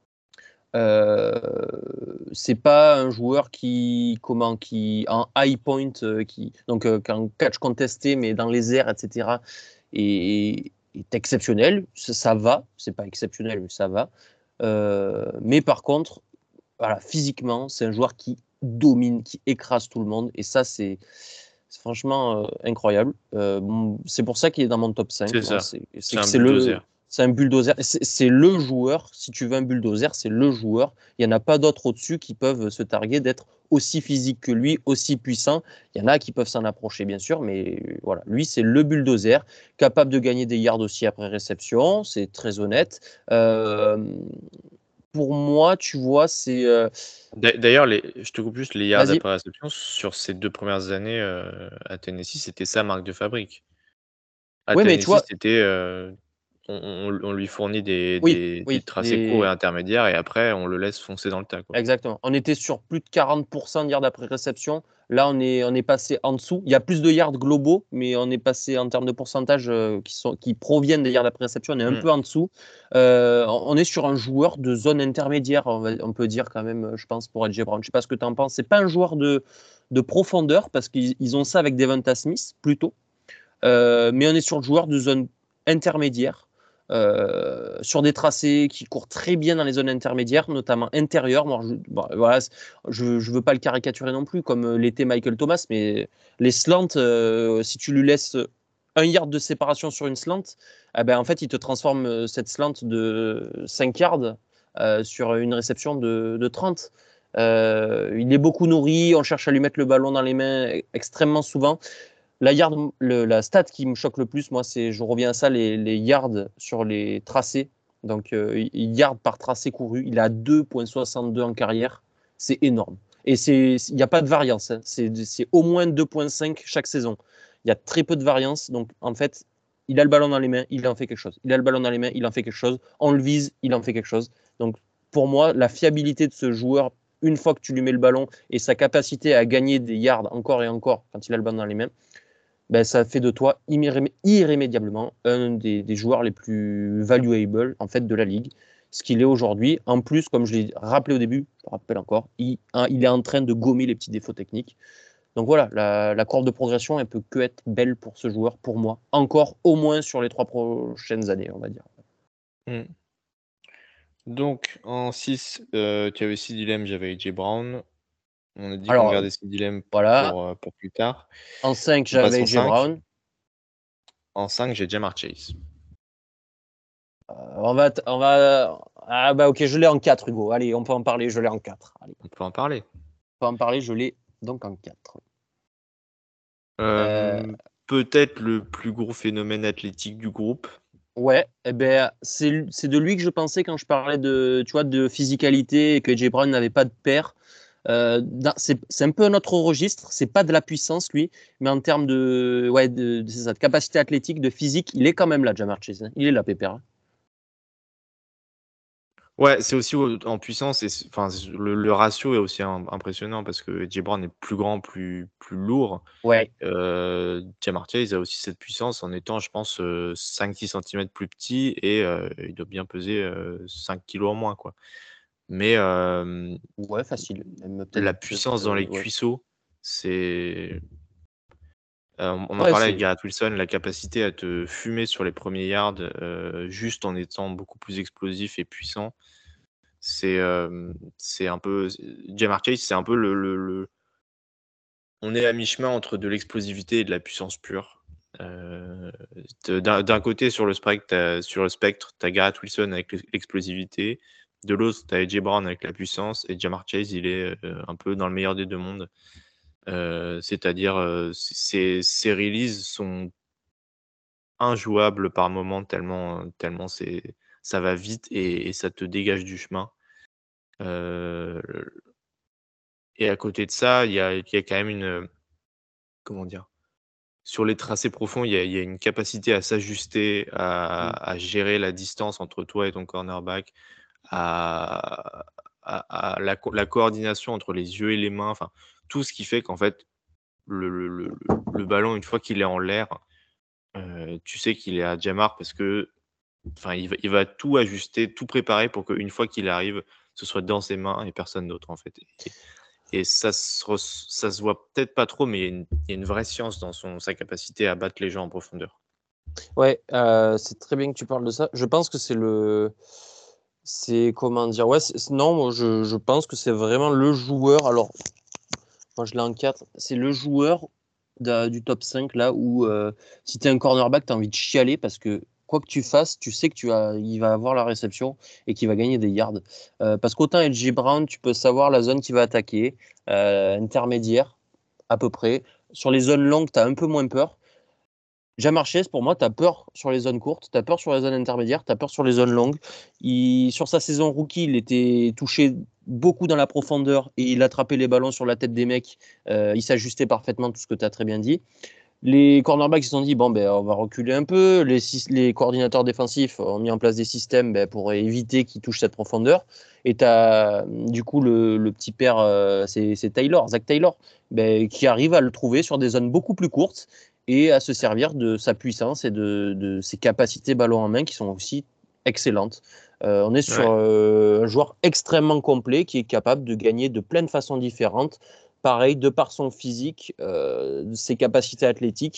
Euh, c'est pas un joueur qui, comment, qui en high point, euh, qui, donc euh, en catch contesté, mais dans les airs, et cetera, est, est exceptionnel. Ça, ça va, c'est pas exceptionnel, mais ça va. Euh, mais par contre, voilà, physiquement, c'est un joueur qui domine, qui écrase tout le monde, et ça, c'est c'est franchement euh, incroyable. Euh, bon, c'est pour ça qu'il est dans mon top cinq. C'est Moi, ça. c'est c'est C'est que un c'est le, bulldozer. c'est un bulldozer. C'est c'est le joueur, si tu veux un bulldozer, c'est le joueur. Il n'y en a pas d'autres au-dessus qui peuvent se targuer d'être aussi physique que lui, aussi puissant. Il y en a qui peuvent s'en approcher, bien sûr, mais euh, voilà, lui, c'est le bulldozer, capable de gagner des yards aussi après réception, c'est très honnête. Euh, pour moi, tu vois, c'est... euh, D'a- D'ailleurs, les, je te coupe juste, les yards Vas-y. après réception, sur ces deux premières années euh, à Tennessee, c'était sa marque de fabrique. À Oui, mais tu Tennessee, vois, c'était, euh, on, on- on lui fournit des, oui, des, des oui, tracés courts et des... intermédiaires, et après, on le laisse foncer dans le tas, quoi. Exactement. On était sur plus de quarante pour cent de yards après réception. Là, on est, on est passé en dessous. Il y a plus de yards globaux, mais on est passé en termes de pourcentage euh, qui, sont, qui proviennent des yards après réception. On est un Mm. peu en dessous. Euh, on est sur un joueur de zone intermédiaire, on, va- on peut dire quand même, je pense, pour A J Brown. Je ne sais pas ce que tu en penses. Ce n'est pas un joueur de, de profondeur parce qu'ils ils ont ça avec Devonta Smith plutôt. Euh, mais on est sur le joueur de zone intermédiaire. euh, sur des tracés, qui court très bien dans les zones intermédiaires, notamment intérieures. Moi, je, bon, voilà, je ne veux pas le caricaturer non plus, comme l'était Michael Thomas, mais les slants, euh, si tu lui laisses un yard de séparation sur une slant, eh ben, en fait, il te transforme cette slant de cinq yards euh, sur une réception de, de trente. Euh, il est beaucoup nourri, on cherche à lui mettre le ballon dans les mains extrêmement souvent. La, yard, le, la stat qui me choque le plus, moi, c'est, je reviens à ça, les, les yards sur les tracés. Donc, euh, yards par tracé couru, il a deux virgule soixante-deux en carrière. C'est énorme. Et il n'y a pas de variance. Hein. C'est, c'est au moins deux virgule cinq chaque saison. Il y a très peu de variance. Donc, en fait, il a le ballon dans les mains, il en fait quelque chose. Il a le ballon dans les mains, il en fait quelque chose. On le vise, il en fait quelque chose. Donc, pour moi, la fiabilité de ce joueur, une fois que tu lui mets le ballon, et sa capacité à gagner des yards encore et encore quand il a le ballon dans les mains, ben, ça fait de toi irré- irrémédiablement un des, des joueurs les plus valuables en fait, de la ligue. Ce qu'il est aujourd'hui. En plus, comme je l'ai rappelé au début, je le rappelle encore, il, hein, il est en train de gommer les petits défauts techniques. Donc voilà, la, la courbe de progression, elle peut que être belle pour ce joueur, pour moi. Encore au moins sur les trois prochaines années, on va dire. Mm. Donc, en six, euh, tu avais six dilemmes, j'avais A J Brown. On a dit Alors, qu'on gardait ces dilemmes voilà. pour, euh, pour plus tard. En cinq, On passe j'avais en A J cinq. Brown. En cinq, j'ai Jamar Chase. Euh, on va, t- on va. Ah bah ok, je l'ai en quatre, Hugo. Allez, on peut en parler, je l'ai en quatre. Allez, On peut en parler. on peut en parler, je l'ai donc en quatre. Euh, Euh, Peut-être le plus gros phénomène athlétique du groupe. Ouais, eh ben, c'est, c'est de lui que je pensais quand je parlais de, tu vois, de physicalité et que Jay Brown n'avait pas de paire. Euh, dans- c'est, c'est un peu un autre registre, c'est pas de la puissance lui, mais en termes de, ouais, de, de, c'est ça, de capacité athlétique, de physique, il est quand même là, Jamar Chase. Hein. Il est là, Pépère. Hein. Ouais, c'est aussi au- en puissance. Et c'est- enfin, c'est- le, le ratio est aussi im- impressionnant parce que Jay Brown est plus grand, plus, plus lourd. Ouais, Euh, Jamar Chase a aussi cette puissance en étant, je pense, euh, cinq six centimètres plus petit et euh, il doit bien peser euh, cinq kilos en moins, quoi. Mais euh, ouais, facile. Même la peut-être, puissance dans euh, les ouais. cuisseaux, c'est. Euh, on en Ouais, parlait c'est, avec Garrett Wilson, la capacité à te fumer sur les premiers yards euh, juste en étant beaucoup plus explosif et puissant. C'est euh, c'est un peu. Jamar Chase, c'est un peu le, le, le- On est à mi-chemin entre de l'explosivité et de la puissance pure. Euh, d'un, d'un côté, sur le spectre, t'as, sur le spectre, tu as Garrett Wilson avec l'explosivité. De l'autre, tu as A J Brown avec la puissance. Et Jamar Chase, il est euh, un peu dans le meilleur des deux mondes. Euh, c'est-à-dire, euh, ses, ses releases sont injouables par moment, tellement, tellement c'est, ça va vite et, et ça te dégage du chemin. Euh, et à côté de ça, il y a, il y a quand même une. Comment dire? Sur les tracés profonds, il y a, il y a une capacité à s'ajuster, à, à gérer la distance entre toi et ton cornerback, à, à- à la, co- la coordination entre les yeux et les mains, enfin, tout ce qui fait qu'en fait, le, le- le- le ballon, une fois qu'il est en l'air, euh, tu sais qu'il est à Jamar parce que enfin, il va, il va tout ajuster, tout préparer pour qu'une fois qu'il arrive, ce soit dans ses mains et personne d'autre, en fait. Et, et ça, se res- ça se voit peut-être pas trop, mais il y a une, il y a une vraie science dans son, sa capacité à battre les gens en profondeur. ouais, euh, c'est très bien que tu parles de ça. Je pense que c'est le, c'est comment dire, ouais, c'est- c'est- non, moi, je, je pense que c'est vraiment le joueur. Alors, moi, je l'ai en quatre. C'est le joueur de- du top cinq là où euh, si tu es un cornerback, tu as envie de chialer parce que quoi que tu fasses, tu sais que tu as, il va avoir la réception et qu'il va gagner des yards. Euh, parce qu'autant L J Brown, tu peux savoir la zone qu'il va attaquer, euh, intermédiaire à peu près. Sur les zones longues, tu as un peu moins peur. Jamar Chase, pour moi, tu as peur sur les zones courtes, tu as peur sur les zones intermédiaires, tu as peur sur les zones longues. Il, sur sa saison rookie, il était touché beaucoup dans la profondeur et il attrapait les ballons sur la tête des mecs. Euh, il s'ajustait parfaitement, tout ce que tu as très bien dit. Les cornerbacks se sont dit, bon, ben, on va reculer un peu. Les, les coordinateurs défensifs ont mis en place des systèmes ben, pour éviter qu'ils touchent cette profondeur. Et tu as du coup le, le petit père, euh, c'est, c'est Taylor, Zach Taylor, ben, qui arrive à le trouver sur des zones beaucoup plus courtes et à se servir de sa puissance et de, de ses capacités ballon en main qui sont aussi excellentes. Euh, on est sur Ouais. euh, un joueur extrêmement complet qui est capable de gagner de plein de façons différentes. Pareil, de par son physique, euh, ses capacités athlétiques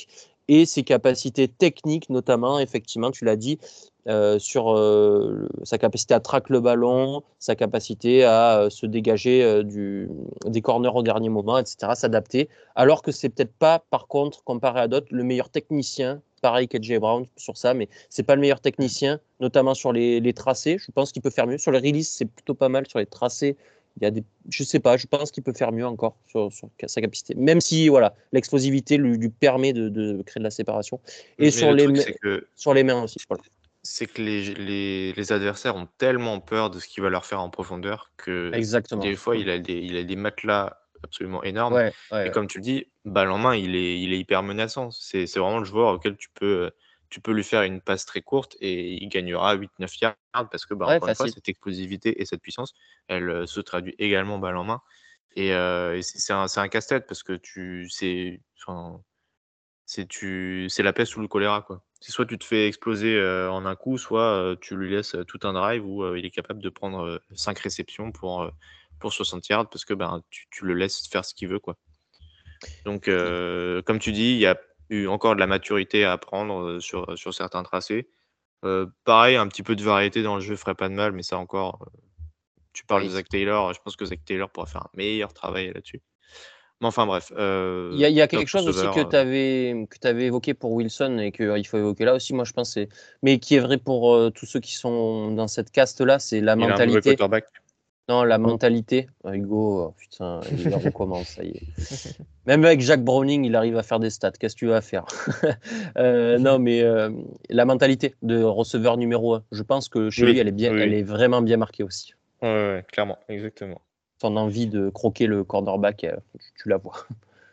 et ses capacités techniques, notamment, effectivement, tu l'as dit, euh, sur euh, sa capacité à traquer le ballon, sa capacité à euh, se dégager euh, du, des corners au dernier moment, et cetera, s'adapter, alors que c'est peut-être pas, par contre, comparé à d'autres, le meilleur technicien, pareil qu'A J Brown sur ça, mais c'est pas le meilleur technicien, notamment sur les, les tracés. Je pense qu'il peut faire mieux. Sur les releases, c'est plutôt pas mal. Sur les tracés, il y a des, je sais pas, je pense qu'il peut faire mieux encore sur, sur sa capacité. Même si voilà, l'explosivité lui, lui permet de, de créer de la séparation. Et Mais sur le les, truc, ma- c'est que sur les mains aussi. Voilà. c'est que les, les, les adversaires ont tellement peur de ce qu'il va leur faire en profondeur que Exactement. des fois, il a des, il a des matelas absolument énormes. Ouais, ouais, Et ouais. comme tu le dis, balle en main, il est, il est hyper menaçant. C'est, c'est vraiment le joueur auquel tu peux, tu peux lui faire une passe très courte et il gagnera huit neuf yards parce que, bah, Ouais, encore une fois, facile. cette explosivité et cette puissance, elle euh, se traduit également balle en main. Et, euh, et c'est c'est un, c'est un casse-tête parce que tu, c'est, enfin, c'est tu c'est la peste ou le choléra, quoi. C'est soit tu te fais exploser, heu, en un coup, soit, heu, tu lui laisses, heu, tout un drive où, heu, il est capable de prendre, heu, cinq réceptions pour, heu, pour soixante yards parce que, ben, tu tu le laisses faire ce qu'il veut, quoi. Donc, heu, comme tu dis, il y a eu encore de la maturité à apprendre, heu, sur, sur certains tracés. Heu, pareil, un petit peu de variété dans le jeu ferait pas de mal, mais ça encore, heu, tu parles de Oui. Zach Taylor, je pense que Zach Taylor pourrait faire un meilleur travail là-dessus. Mais enfin bref, Il y a, heu, il y a top quelque chose aussi receveur, que heu tu avais, que tu avais évoqué pour Wilson et qu'il faut évoquer là aussi, moi je pense, c'est- mais qui est vrai pour euh, tous ceux qui sont dans cette caste-là, c'est la il a un mauvais mentalité. quarterback. Non, la mentalité. Ah, Hugo, oh, putain, il recommence, ça y est. Même avec Jack Browning, il arrive à faire des stats. Qu'est-ce que tu vas faire? Euh, Non, mais euh, la mentalité de receveur numéro un, je pense que chez lui, Oui, elle est bien, oui, elle oui. est vraiment bien marquée aussi. Ouais, ouais, ouais, clairement, exactement. Ton envie de croquer le cornerback, euh, tu la vois.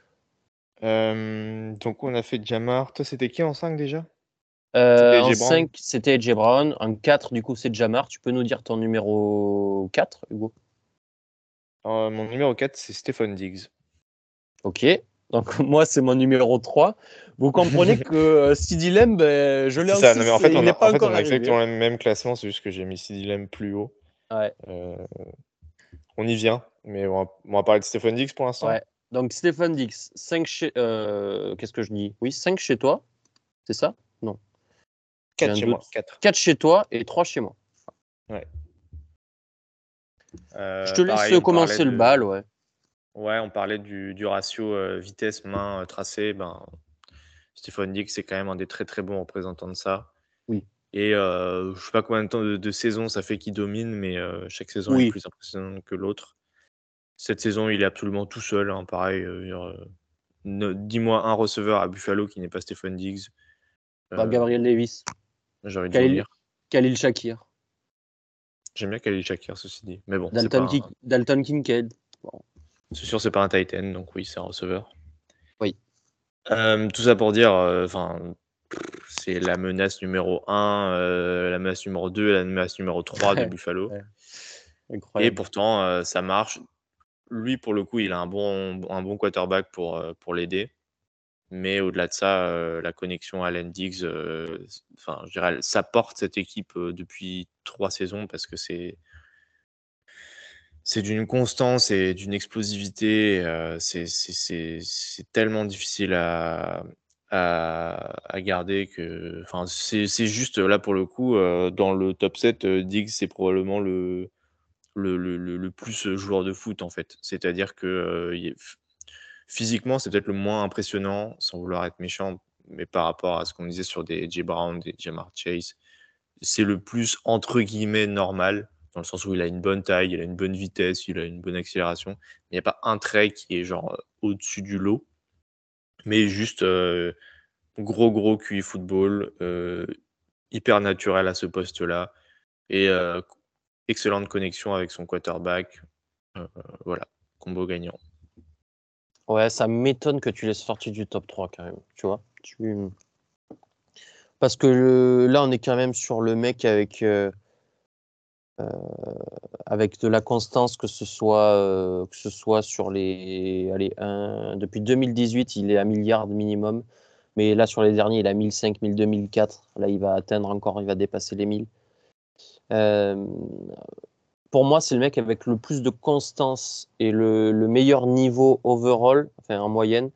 Hem, donc on a fait Jamar. Toi, c'était qui en cinq déjà? C'était Euh, en A J Brown? cinq, c'était A J Brown. En quatre, du coup, c'est Jamar. Tu peux nous dire ton numéro quatre, Hugo? Heu, mon numéro quatre, c'est Stefon Diggs. Ok. Donc, moi, c'est mon numéro trois. Vous comprenez que euh, Sidi Lamb, ben, je l'ai C'est en ça, non mais en six et fait il on n'est a pas en fait encore on a arrivé. exactement le même classement, c'est juste que j'ai mis CeeDee Lamb plus haut. Ouais. Heu, on y vient, mais on va on va parler de Stefon Diggs pour l'instant? Ouais. Donc, Stéphane Dix, cinq chez. euh, Qu'est-ce que je dis? Oui, cinq chez toi. C'est ça? Non. J'ai quatre un chez moi, doute. quatre. quatre chez toi et trois chez moi. Ouais. Je Heu, te laisse pareil, on parlait commencer le bal, de ouais. ouais, on parlait du du ratio, heu, vitesse main, heu, tracé, ben, Stefon Diggs, c'est quand même un des très, très bons représentants de ça. Oui. Et heu, je sais pas combien de temps de de saison ça fait qu'il domine, mais heu, chaque saison est Oui. plus impressionnante que l'autre. Cette saison, il est absolument tout seul, hein, pareil, heu, dire, heu, ne dis-moi un receveur à Buffalo qui n'est pas Stefon Diggs, Bah, heu, Gabriel Davis. j'ai envie de Khalil, vomir. Khalil Shakir. J'aime bien Khalil Shakir, ceci dit, mais bon, c'est Dalton, pas Ki- un Dalton Kincaid. Bon, c'est sûr, c'est pas un tight end, donc oui, c'est un receveur. oui. Hem, tout ça pour dire, enfin, c'est la menace numéro un, heu, la menace numéro deux, la menace numéro trois de Ouais, Buffalo ouais, et incroyable. pourtant, heu, ça marche. Lui, pour le coup, il a un bon un bon quarterback pour, heu, pour l'aider. Mais au-delà de ça, heu, la connexion Allen Diggs, heu, s enfin, je dirais, ça porte cette équipe, heu, depuis trois saisons parce que c'est c'est d'une constance et d'une explosivité, heu, c'est c'est c'est c'est tellement difficile à à à garder que enfin, c'est c'est juste, là, pour le coup, heu, dans le top sept, heu, Diggs, c'est probablement le le le le le plus, heu, joueur de foot, en fait. C'est-à-dire que, heu, il est f physiquement, c'est peut-être le moins impressionnant, sans vouloir être méchant, mais par rapport à ce qu'on disait sur des A J Brown, des Jamar Chase, c'est le plus entre guillemets «normal», dans le sens où il a une bonne taille, il a une bonne vitesse, il a une bonne accélération. Il n'y a pas un trait qui est genre, heu, au-dessus du lot, mais juste, heu, gros, gros Q I football, heu, hyper naturel à ce poste-là et heu, excellente connexion avec son quarterback, heu, voilà, combo gagnant. Ouais, ça m'étonne que tu l'aies sorti du top trois quand même, tu vois. Tu... Parce que le- là, on est quand même sur le mec avec, euh, euh, avec de la constance, que ce soit, euh, que ce soit sur les. Allez, un- depuis deux mille dix-huit, il est à milliard minimum. Mais là, sur les derniers, il a mille cinq, mille deux, mille quatre. Là, il va atteindre encore, il va dépasser les mille. Euh, pour moi, c'est le mec avec le plus de constance et le, le meilleur niveau overall, enfin en moyenne,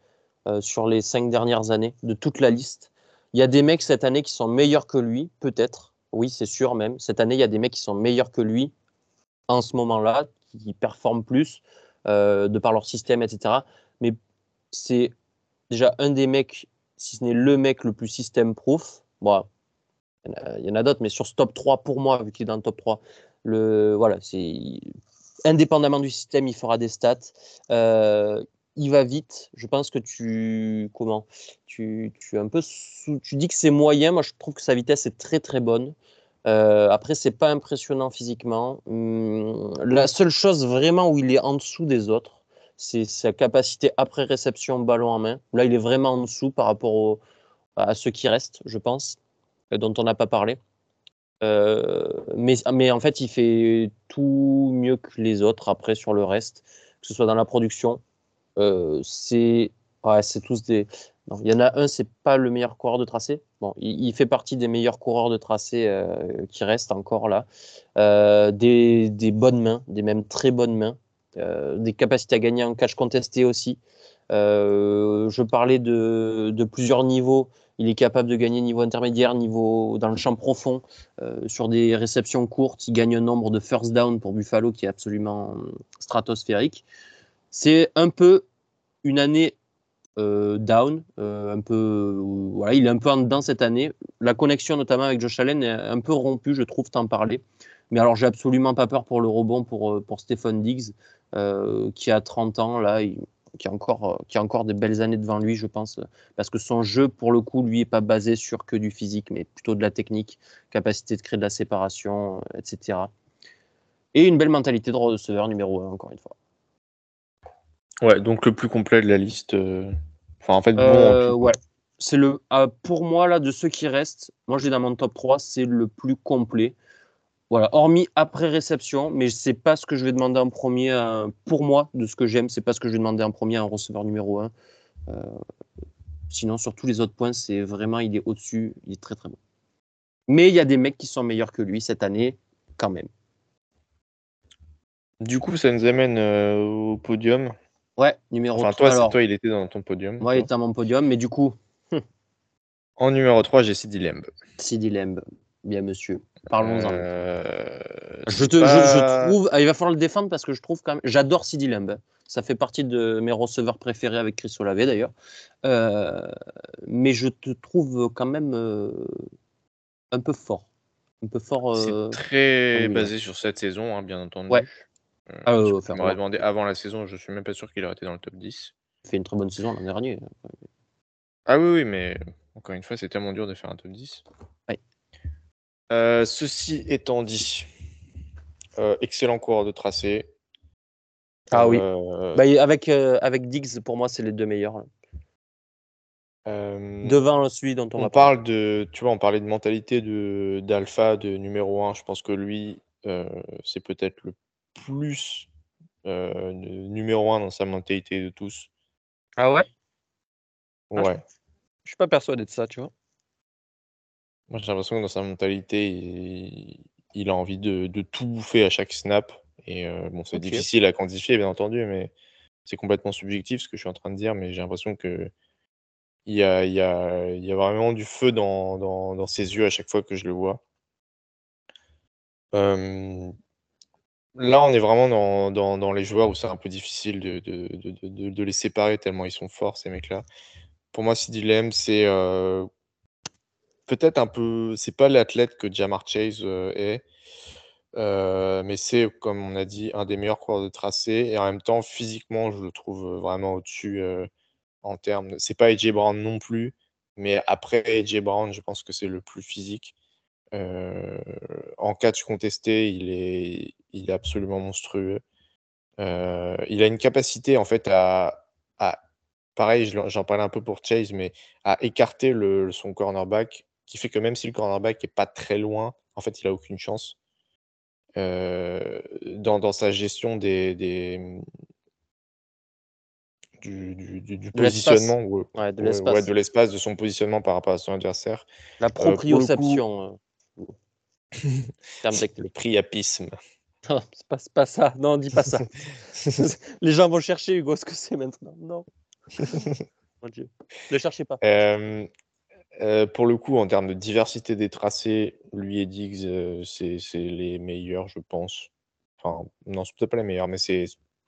euh, sur les cinq dernières années, de toute la liste. Il y a des mecs cette année qui sont meilleurs que lui, peut-être. Oui, c'est sûr même. Cette année, il y a des mecs qui sont meilleurs que lui en ce moment-là, qui performent plus euh, de par leur système, et cetera. Mais c'est déjà un des mecs, si ce n'est le mec le plus système-proof. Bon, il y en a, il y en a d'autres, mais sur ce top trois, pour moi, vu qu'il est dans le top trois, le, voilà, c'est, indépendamment du système, il fera des stats. Euh, il va vite. Je pense que tu, comment, tu, tu, un peu sous, tu dis que c'est moyen. Moi, je trouve que sa vitesse est très très bonne. Euh, après, c'est pas impressionnant physiquement. Hum, la seule chose vraiment où il est en dessous des autres, c'est sa capacité après réception ballon en main. Là, il est vraiment en dessous par rapport au, à ceux qui restent, je pense, dont on n'a pas parlé. Euh, mais, mais en fait, il fait tout mieux que les autres après sur le reste, que ce soit dans la production. Euh, c'est ouais, c'est tous des. Non, il y en a un, c'est pas le meilleur coureur de tracé. Bon, il, il fait partie des meilleurs coureurs de tracé euh, qui restent encore là. Euh, des, des bonnes mains, des même très bonnes mains, euh, des capacités à gagner en catch contesté aussi. Euh, je parlais de, de plusieurs niveaux. Il est capable de gagner niveau intermédiaire, niveau dans le champ profond, euh, sur des réceptions courtes. Il gagne un nombre de first down pour Buffalo qui est absolument stratosphérique. C'est un peu une année euh, down, euh, un peu, euh, voilà, il est un peu en dedans cette année. La connexion notamment avec Josh Allen est un peu rompue, je trouve, t'en parler. Mais alors, j'ai absolument pas peur pour le rebond pour, pour Stephen Diggs, euh, qui a trente ans, là, il, qui, a encore, qui a encore des belles années devant lui, je pense, parce que son jeu, pour le coup, lui, n'est pas basé sur que du physique, mais plutôt de la technique, capacité de créer de la séparation, et cetera. Et une belle mentalité de receveur numéro un, encore une fois. Ouais, donc le plus complet de la liste. euh, Enfin, en fait, bon en Euh, tout. ouais. C'est le, euh, pour moi, là, de ceux qui restent, moi, je l'ai dans mon top trois, c'est le plus complet. Voilà, hormis après réception, mais c'est pas ce que je vais demander en premier. à- pour moi, de ce que j'aime, c'est pas ce que je vais demander en premier à un receveur numéro un. Euh, sinon, sur tous les autres points, c'est vraiment, il est au-dessus, il est très très bon. Mais il y a des mecs qui sont meilleurs que lui cette année, quand même. Du coup, ça nous amène euh, au podium. Ouais, numéro Enfin, trois. toi, c'est- Alors, toi, il était dans ton podium. moi, il toi. est à mon podium, mais du coup, En numéro trois, j'ai CeeDee Lamb. CeeDee Lamb, bien monsieur. Parlons-en. Euh, Je, c'est te, je, je pas... trouve, ah, il va falloir le défendre parce que je trouve quand même, j'adore CeeDee Lamb. Ça fait partie de mes receveurs préférés avec Chris Olave d'ailleurs. Euh, mais je te trouve quand même euh, un peu fort. Un peu fort. C'est Euh, très oui, basé sur cette saison, hein, bien entendu. ouais. Euh, Ah, parce euh, que enfin, tu m'aurais remarque, demandé avant la saison, je suis même pas sûr qu'il aurait été dans le top dix. il fait une très bonne saison l'an dernier. Ah oui, oui, mais encore une fois, c'est tellement dur de faire un top dix. Ouais. Euh, ceci étant dit, euh, excellent coureur de tracé. Ah oui. Euh, Bah, avec, euh, avec Diggs, pour moi, c'est les deux meilleurs. Là. euh, Devant celui dont on, on va parler. parle de, tu vois, on parlait de mentalité de d'alpha, de numéro un. Je pense que lui, euh, c'est peut-être le plus euh, numéro un dans sa mentalité de tous. Ah ouais ah, Ouais. Je suis pas persuadé de ça, tu vois. Moi, j'ai l'impression que dans sa mentalité, il, il a envie de, de tout bouffer à chaque snap. Et euh, bon, c'est Ok. difficile à quantifier, bien entendu, mais c'est complètement subjectif ce que je suis en train de dire. Mais j'ai l'impression que il y a, il y a, il y a vraiment du feu dans, dans, dans ses yeux à chaque fois que je le vois. Euh, là, on est vraiment dans, dans, dans les joueurs où c'est un peu difficile de, de, de, de, de les séparer tellement ils sont forts, ces mecs-là. Pour moi, CeeDee Lamb, c'est euh, peut-être un peu. C'est pas l'athlète que Ja'Marr Chase euh, est. Euh, mais c'est, comme on a dit, un des meilleurs coureurs de tracé. Et en même temps, physiquement, je le trouve euh, vraiment au-dessus euh, en termes. C'est pas A J Brown non plus, mais après A J Brown, je pense que c'est le plus physique. Euh, en catch contesté, il est, il est absolument monstrueux. Euh, il a une capacité en fait à, à pareil, je l'en- j'en parlais un peu pour Chase, mais à écarter le, son cornerback, qui fait que même si le cornerback est pas très loin, en fait, il a aucune chance. Euh, dans, dans sa gestion des, des du, du, du- du De l'espace. positionnement ou- Ouais, de ouais, ouais, l'espace. de l'espace, de son positionnement par rapport à son adversaire. La Euh, pour le coup, proprioception. euh, terme technique. le priapisme. Non, c'est pas, c'est pas ça. Non, dis pas ça. Les gens vont chercher, Hugo, ce que c'est maintenant. Non. Mon Dieu. Ne cherchez pas. Euh, euh, pour le coup, en termes de diversité des tracés, lui et Diggs, euh, c'est c'est les meilleurs, je pense. Enfin, non, c'est peut-être pas les meilleurs, mais c'est.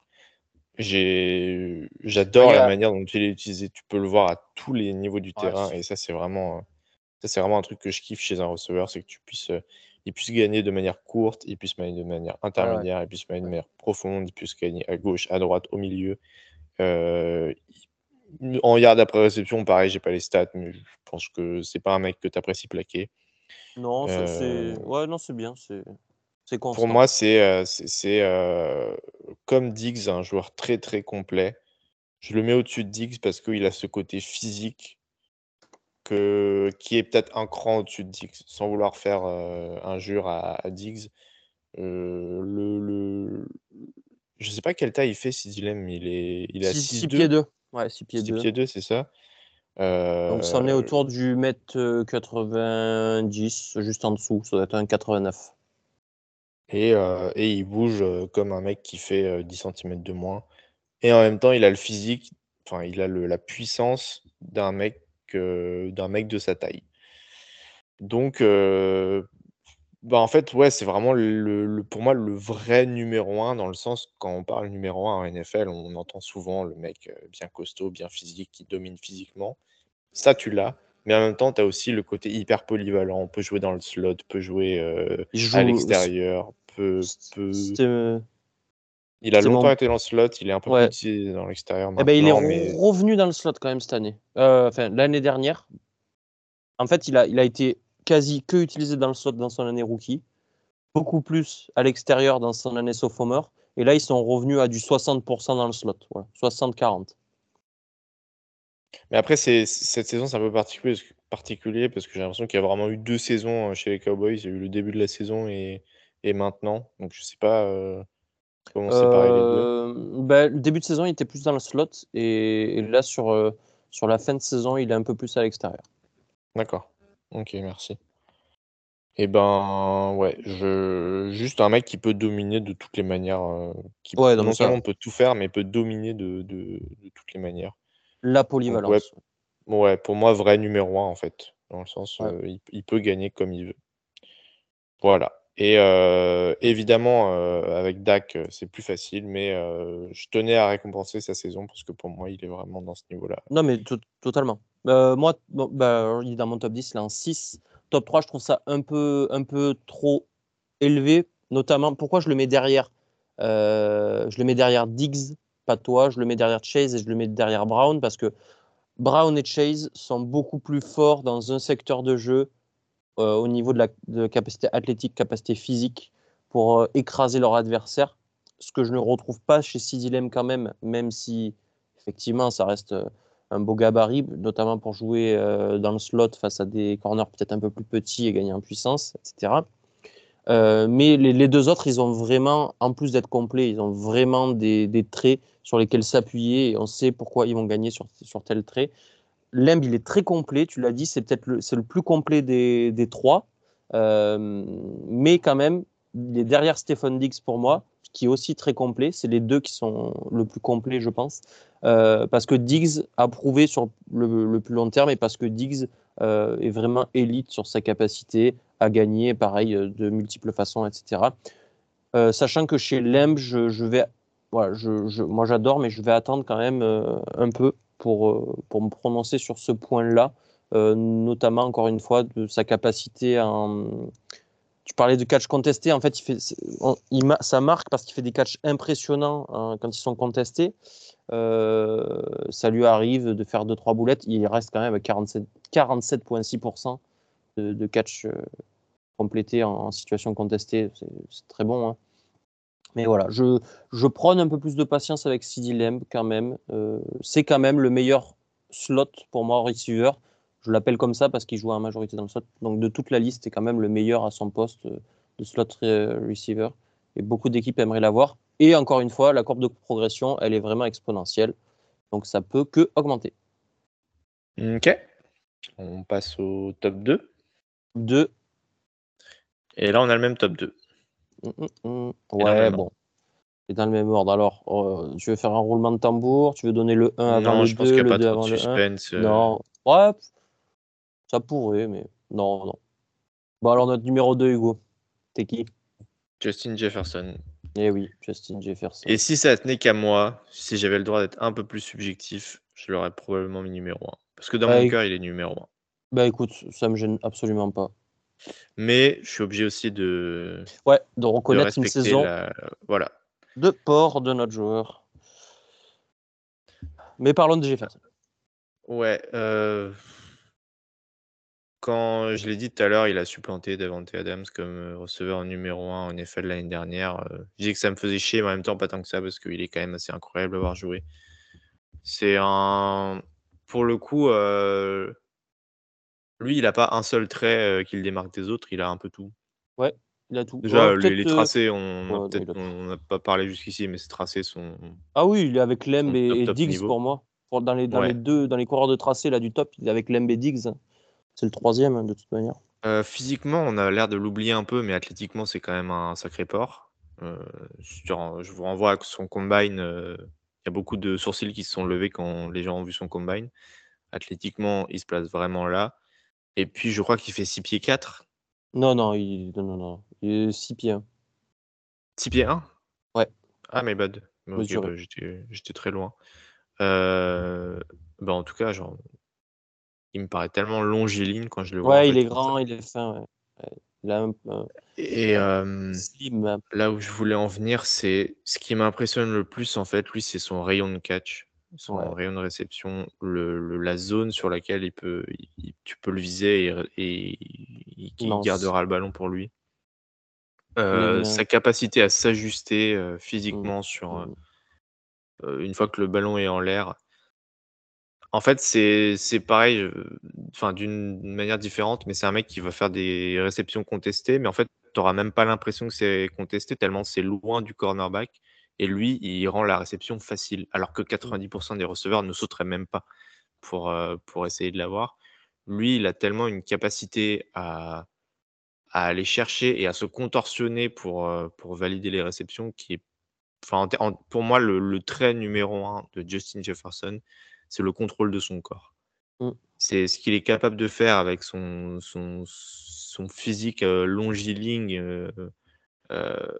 J'ai, j'adore Ouais, la a... manière dont il est utilisé. Tu peux le voir à tous les niveaux du ouais, terrain, c'est... et ça, c'est vraiment, ça, c'est vraiment un truc que je kiffe chez un receveur, c'est que tu puisses, euh, il puisse gagner de manière courte, il puisse gagner de manière intermédiaire, il puisse gagner de manière profonde, il puisse gagner à gauche, à droite, au milieu. Euh, en yard après réception, pareil, j'ai pas les stats, mais je pense que c'est pas un mec que tu apprécies plaquer. Non, c'est, Euh, c'est... Ouais, non, c'est bien, c'est, c'est pour constant. moi, c'est euh, c'est c'est, euh, comme Diggs, un joueur très très complet. Je le mets au-dessus de Diggs parce qu'il a ce côté physique que, qui est peut-être un cran au-dessus de Diggs, sans vouloir faire euh, injure à, à Diggs. Euh, le, le... Je sais pas quelle taille il fait, Sid Lamb, mais il est, il est à six pieds six deux, deux. Ouais, six pieds six deux. pieds deux, c'est ça. Donc ça en est Euh, autour du mètre quatre-vingt-dix, juste en dessous. Ça doit être un quatre-vingt-neuf. et, euh, et il bouge euh, comme un mec qui fait euh, dix centimètres de moins. Et en même temps, il a le physique, enfin, il a le, la puissance d'un mec, euh, d'un mec de sa taille. Donc, euh, bah, en fait, ouais, c'est vraiment le, le- pour moi le vrai numéro un, dans le sens, quand on parle numéro un en N F L, on entend souvent le mec euh, bien costaud, bien physique, qui domine physiquement. Ça, tu l'as. Mais en même temps, tu as aussi le côté hyper polyvalent. On peut jouer dans le slot, peut jouer euh, Il à joue. l'extérieur, peut, peut... C'était, Il a c'était longtemps mon. été dans le slot, il est un peu plus Ouais. utilisé dans l'extérieur Eh ben, il est maintenant, mais revenu dans le slot quand même cette année. Euh, enfin, l'année dernière. En fait, il a, il a été quasi que utilisé dans le slot dans son année rookie. Beaucoup plus à l'extérieur dans son année sophomore. Et là, ils sont revenus à du soixante pour cent dans le slot. Voilà. soixante quarante. Mais après, c'est, cette saison, c'est un peu particulier, particulier parce que j'ai l'impression qu'il y a vraiment eu deux saisons euh, chez les Cowboys. Il y a eu le début de la saison et, et maintenant. Donc, je sais pas euh, comment séparer les deux. Euh, ben, le début de saison, il était plus dans le slot. Et, et là, sur, euh, sur la fin de saison, il est un peu plus à l'extérieur. D'accord. Ok, merci. Et ben, ouais, je... juste un mec qui peut dominer de toutes les manières. euh, qui Ouais, non, mais non ça, seulement peut tout faire, mais peut dominer de, de, de toutes les manières. la Donc, ouais, polyvalence. ouais, pour moi, vrai numéro un, en fait. Dans le sens, Ouais. euh, il, il peut gagner comme il veut. Voilà. Et euh, évidemment, euh, avec Dak, euh, c'est plus facile, mais euh, je tenais à récompenser sa saison parce que pour moi, il est vraiment dans ce niveau-là. Non, mais to- totalement. Euh, moi, bon, bah, il est dans mon top dix, il est en six. Top trois, je trouve ça un peu, un peu trop élevé. Notamment, pourquoi je le mets derrière Euh, Je le mets derrière Diggs, pas toi. Je le mets derrière Chase et je le mets derrière Brown parce que Brown et Chase sont beaucoup plus forts dans un secteur de jeu euh, au niveau de la de capacité athlétique, capacité physique pour euh, écraser leur adversaire. Ce que je ne retrouve pas chez CeeDee Lamb quand même, même si effectivement ça reste euh, un beau gabarit, notamment pour jouer euh, dans le slot face à des corners peut-être un peu plus petits et gagner en puissance, et cetera. Euh, mais les, les, deux autres, ils ont vraiment, en plus d'être complets, ils ont vraiment des, des traits sur lesquels s'appuyer et on sait pourquoi ils vont gagner sur, sur tel trait. Lamb, il est très complet, tu l'as dit, c'est peut-être le, c'est le plus complet des, des trois. Euh, mais quand même, il est derrière Stephen Diggs pour moi, qui est aussi très complet. C'est les deux qui sont le plus complets, je pense. Euh, parce que Diggs a prouvé sur le, le, plus long terme et parce que Diggs euh, est vraiment élite sur sa capacité à gagner, pareil, de multiples façons, et cetera. Euh, sachant que chez Lamb, je, je vais. Voilà, je, je, moi j'adore, mais je vais attendre quand même euh, un peu pour, euh, pour me prononcer sur ce point-là, euh, notamment encore une fois de sa capacité à. En... Tu parlais de catch contesté, en fait, il fait, on, il, ça marque parce qu'il fait des catchs impressionnants hein, quand ils sont contestés. Euh, ça lui arrive de faire deux trois boulettes, il reste quand même à quarante-sept virgule six pour cent de, de catch euh, complétés en, en situation contestée. C'est, c'est très bon. Hein. Mais voilà, je, je prône un peu plus de patience avec CeeDee Lamb quand même. Euh, c'est quand même le meilleur slot pour moi receiver. Je l'appelle comme ça parce qu'il joue en majorité dans le slot. Donc de toute la liste, c'est quand même le meilleur à son poste de slot receiver. Et beaucoup d'équipes aimeraient l'avoir. Et encore une fois, la courbe de progression, elle est vraiment exponentielle. Donc ça peut que augmenter. Ok. On passe au top deux. deux. Et là, on a le même top deux. Mmh, mmh, mmh. Et là, on a Ouais, le même. bon. Et dans le même ordre. Alors, euh, tu veux faire un roulement de tambour? Tu veux donner le un avant Non, le je pense qu'il deux, n'y a le pas deux trop de avant le un? suspense. euh. Non. Ouais, ça pourrait, mais non, non. Bon, alors notre numéro deux, Hugo. T'es qui? Justin Jefferson. Eh oui, Justin Jefferson. Et si ça tenait qu'à moi, si j'avais le droit d'être un peu plus subjectif, je l'aurais probablement mis numéro un. Parce que dans Bah, mon éc- cœur, il est numéro un. bah, écoute, ça me gêne absolument pas. Mais je suis obligé aussi de, Ouais, de de reconnaître une respecter saison la. Voilà. de port de notre joueur. Mais parlons de Jefferson. Ouais. euh, Quand je l'ai dit tout à l'heure, il a supplanté Davante Adams comme euh, receveur numéro un en N F L l'année dernière. Euh, je dis que ça me faisait chier, mais en même temps, pas tant que ça, parce qu'il est quand même assez incroyable à avoir joué. C'est un. Pour le coup, euh, lui, il n'a pas un seul trait euh, qui le démarque des autres, il a un peu tout. Ouais, il a tout. Déjà, Ouais, euh, les, peut-être. les euh, tracés, on n'a ouais, non, peut-être il a tout. on n'a pas parlé jusqu'ici, mais ces tracés sont, Ah oui, il est avec Lemb sont et, top et top Diggs niveau. pour moi. Pour, dans, les, dans les Ouais. deux, dans les coureurs de tracé là, du top, il est avec Lemb et Diggs. C'est le troisième, hein, de toute manière. Euh, physiquement, on a l'air de l'oublier un peu, mais athlétiquement, c'est quand même un sacré porc. Euh, sur- je vous renvoie à son combine. euh, Il y a beaucoup de sourcils qui se sont levés quand les gens ont vu son combine. Athlétiquement, il se place vraiment là. Et puis, je crois qu'il fait six pieds quatre. Non, non, il, non, non, non. Il est six pieds. hein. six pieds un. Ouais, Ah, mais bad. Ok, mesuré. bah, j'étais j'étais très loin. Euh, bah, en tout cas, genre, il me paraît tellement longiligne quand je le vois en Ouais, il fait est comme ça. grand, il est fin. Ouais. Ouais. Il a un, un- Et un euh, slim. hein. là où je voulais en venir, c'est ce qui m'impressionne le plus en fait, lui, c'est son rayon de catch, son Ouais, rayon de réception, le, le- la zone sur laquelle il peut, il- il- tu peux le viser et, et il, il immense. gardera le ballon pour lui. Il a Euh, une. sa capacité à s'ajuster euh, Mm, physiquement sur euh, mm. euh, une fois que le ballon est en l'air. En fait, c'est c'est pareil, heu, enfin d'une manière différente, mais c'est un mec qui va faire des réceptions contestées, mais en fait, tu auras même pas l'impression que c'est contesté tellement c'est loin du cornerback et lui, il rend la réception facile, alors que Mm. quatre-vingt-dix des receveurs ne sauteraient même pas pour, heu, pour essayer de l'avoir. Lui, il a tellement une capacité à à aller chercher et à se contorsionner pour, heu, pour valider les réceptions qui est enfin en ter en pour moi, le le trait numéro un de Justin Jefferson, c'est le contrôle de son corps. Mm. C'est ce qu'il est capable de faire avec son son son physique, heu, longiligne, heu heu,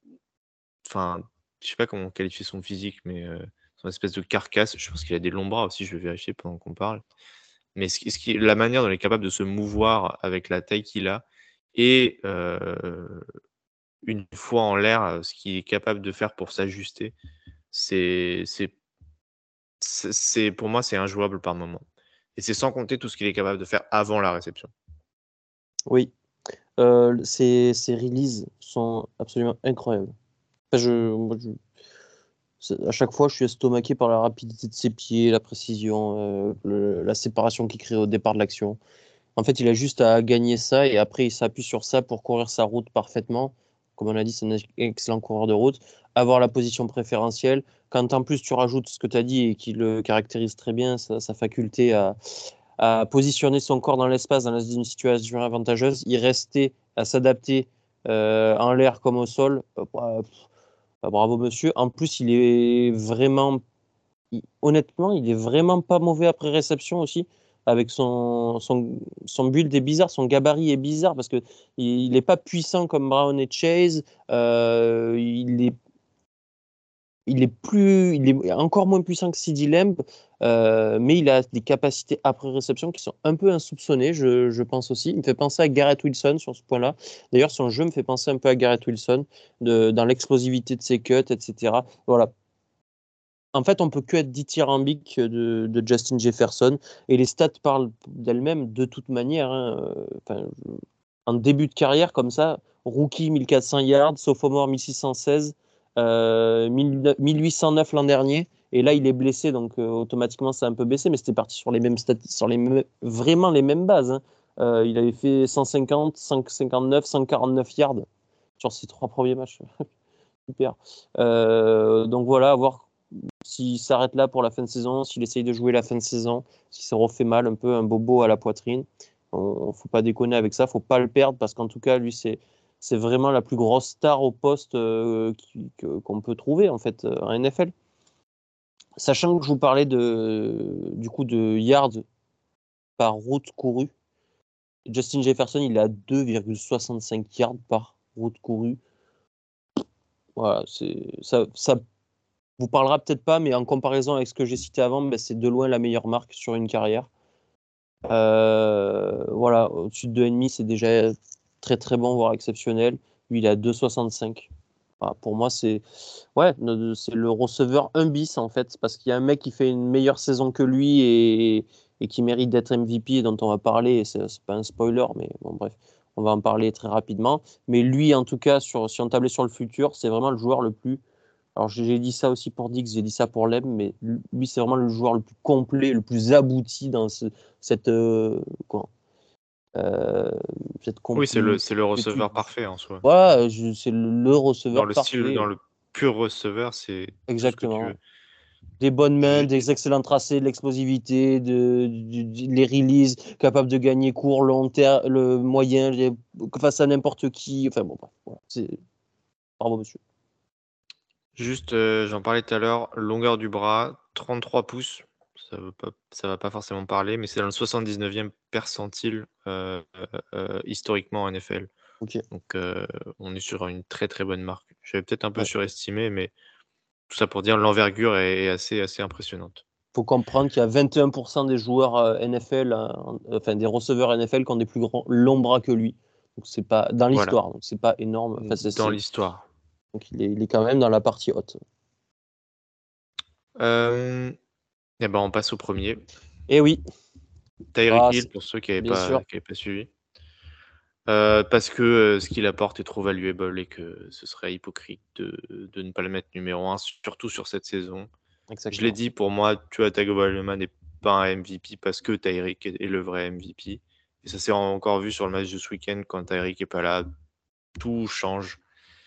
enfin, je sais pas comment qualifier son physique, mais heu, son espèce de carcasse. Je pense qu'il a des longs bras aussi, je vais vérifier pendant qu'on parle. Mais ce qui ce qui la manière dont il est capable de se mouvoir avec la taille qu'il a et heu, une fois en l'air, heu, ce qu'il est capable de faire pour s'ajuster, c'est c'est c'est c'est pour moi, c'est injouable par moment et c'est sans compter tout ce qu'il est capable de faire avant la réception. Oui, euh, ses, ses releases sont absolument incroyables. Enfin, je, moi, je- c'est- à chaque fois, je suis estomaqué par la rapidité de ses pieds, la précision, euh, le- la séparation qu'il crée au départ de l'action. En fait, il a juste à gagner ça et après, il s'appuie sur ça pour courir sa route parfaitement. Comme on a dit, c'est un excellent coureur de route. Avoir la position préférentielle. Quand en plus tu rajoutes ce que tu as dit et qui le caractérise très bien, sa, sa faculté à, à positionner son corps dans l'espace dans une situation avantageuse, y rester, à s'adapter euh, en l'air comme au sol. Euh, bah, bah, bravo monsieur. En plus, il est vraiment, il- honnêtement, il est vraiment pas mauvais après réception aussi. Avec son, son, son build est bizarre, son gabarit est bizarre parce que il n'est pas puissant comme Brown et Chase. Euh, il est il est plus, il est encore moins puissant que CeeDee Lamb, euh, mais il a des capacités après réception qui sont un peu insoupçonnées, je, je pense aussi. Il me fait penser à Garrett Wilson sur ce point-là. D'ailleurs, son jeu me fait penser un peu à Garrett Wilson de, dans l'explosivité de ses cuts, et cetera. Voilà. En fait, on peut que être dithyrambique de, de Justin Jefferson et les stats parlent d'elles-mêmes de toute manière. hein. Enfin, je- en début de carrière comme ça, rookie mille quatre cents yards, sophomore mille six cent seize, euh, mille huit cent neuf l'an dernier. Et là, il est blessé, donc euh, automatiquement, ça a un peu baissé, mais c'était parti sur les mêmes stats, sur les mêmes- vraiment les mêmes bases. hein. Euh, il avait fait cent cinquante, cent cinquante-neuf, cent quarante-neuf yards sur ses trois premiers matchs. Super. Euh, donc voilà, à voir s'il s'arrête là pour la fin de saison, s'il essaye de jouer la fin de saison, s'il se refait mal, un peu un bobo à la poitrine. Il ne faut pas déconner avec ça, il ne faut pas le perdre parce qu'en tout cas, lui, c'est c'est vraiment la plus grosse star au poste euh, qui- que- qu'on peut trouver en fait euh, en N F L. Sachant que je vous parlais de, du coup de yards par route courue, Justin Jefferson, il est à deux virgule soixante-cinq yards par route courue. Voilà, c'est, ça, ça vous parlera peut-être pas, mais en comparaison avec ce que j'ai cité avant, ben, c'est de loin la meilleure marque sur une carrière. Euh, voilà, au-dessus de deux virgule cinq, c'est déjà très très bon, voire exceptionnel. Lui, il est à deux virgule soixante-cinq. Voilà, pour moi, c'est ouais, ne- c'est le receveur un bis en fait, parce qu'il y a un mec qui fait une meilleure saison que lui et, et qui mérite d'être M V P et dont on va parler. Et C'est c'est pas un spoiler, mais bon, bref, on va en parler très rapidement. Mais lui, en tout cas, sur, si on tablait sur le futur, c'est vraiment le joueur le plus. Alors, j'ai j'ai dit ça aussi pour Dix, j'ai dit ça pour Lem, mais lui, c'est vraiment le joueur le plus complet, le plus abouti dans ce- cette, euh, quoi, euh, cette Oui, c'est le, c'est le complétude. receveur parfait en soi. Voilà, je- c'est le le Dans receveur le style, parfait. dans le pur receveur, c'est tout ce que tu Exactement. veux. Des bonnes mains, Ju- des excellents tracés, de l'explosivité, de, du- du- les releases, capable de gagner court, long, ter- le moyen, les- face à n'importe qui. Enfin bon, bref, voilà. C'est... Bravo, monsieur. Juste, euh, j'en parlais tout à l'heure, longueur du bras, trente-trois pouces. Ça veut pas, ça va pas forcément parler, mais c'est dans le soixante-dix-neuvième percentile euh, euh, euh, historiquement en N F L. Ok. Donc, euh, on est sur une très très bonne marque. J'avais peut-être un peu Ouais. surestimé, mais tout ça pour dire l'envergure est, est assez, assez impressionnante. Faut comprendre qu'il y a vingt et un pour cent des joueurs euh, N F L, euh, enfin des receveurs N F L qui ont des plus grands longs bras que lui. Donc c'est pas dans Voilà, l'histoire, donc c'est pas énorme. Enfin, c'est, dans c'est- l'histoire. Donc il est, il est quand même dans la partie haute. Euh, et ben, on passe au premier. Et oui, Tyreek ah, Hill, c'est- pour ceux qui n'avaient bien pas, sûr. qui avaient pas suivi. Euh, parce que euh, ce qu'il apporte est trop valuable et que ce serait hypocrite de, de ne pas le mettre numéro un, surtout sur cette saison. Je l'ai Exactement. dit, pour moi, Tua Tagovailoa n'est pas un M V P parce que Tyreek est, est le vrai M V P. Et ça s'est encore vu sur le match de ce week-end quand Tyreek est pas là, tout change.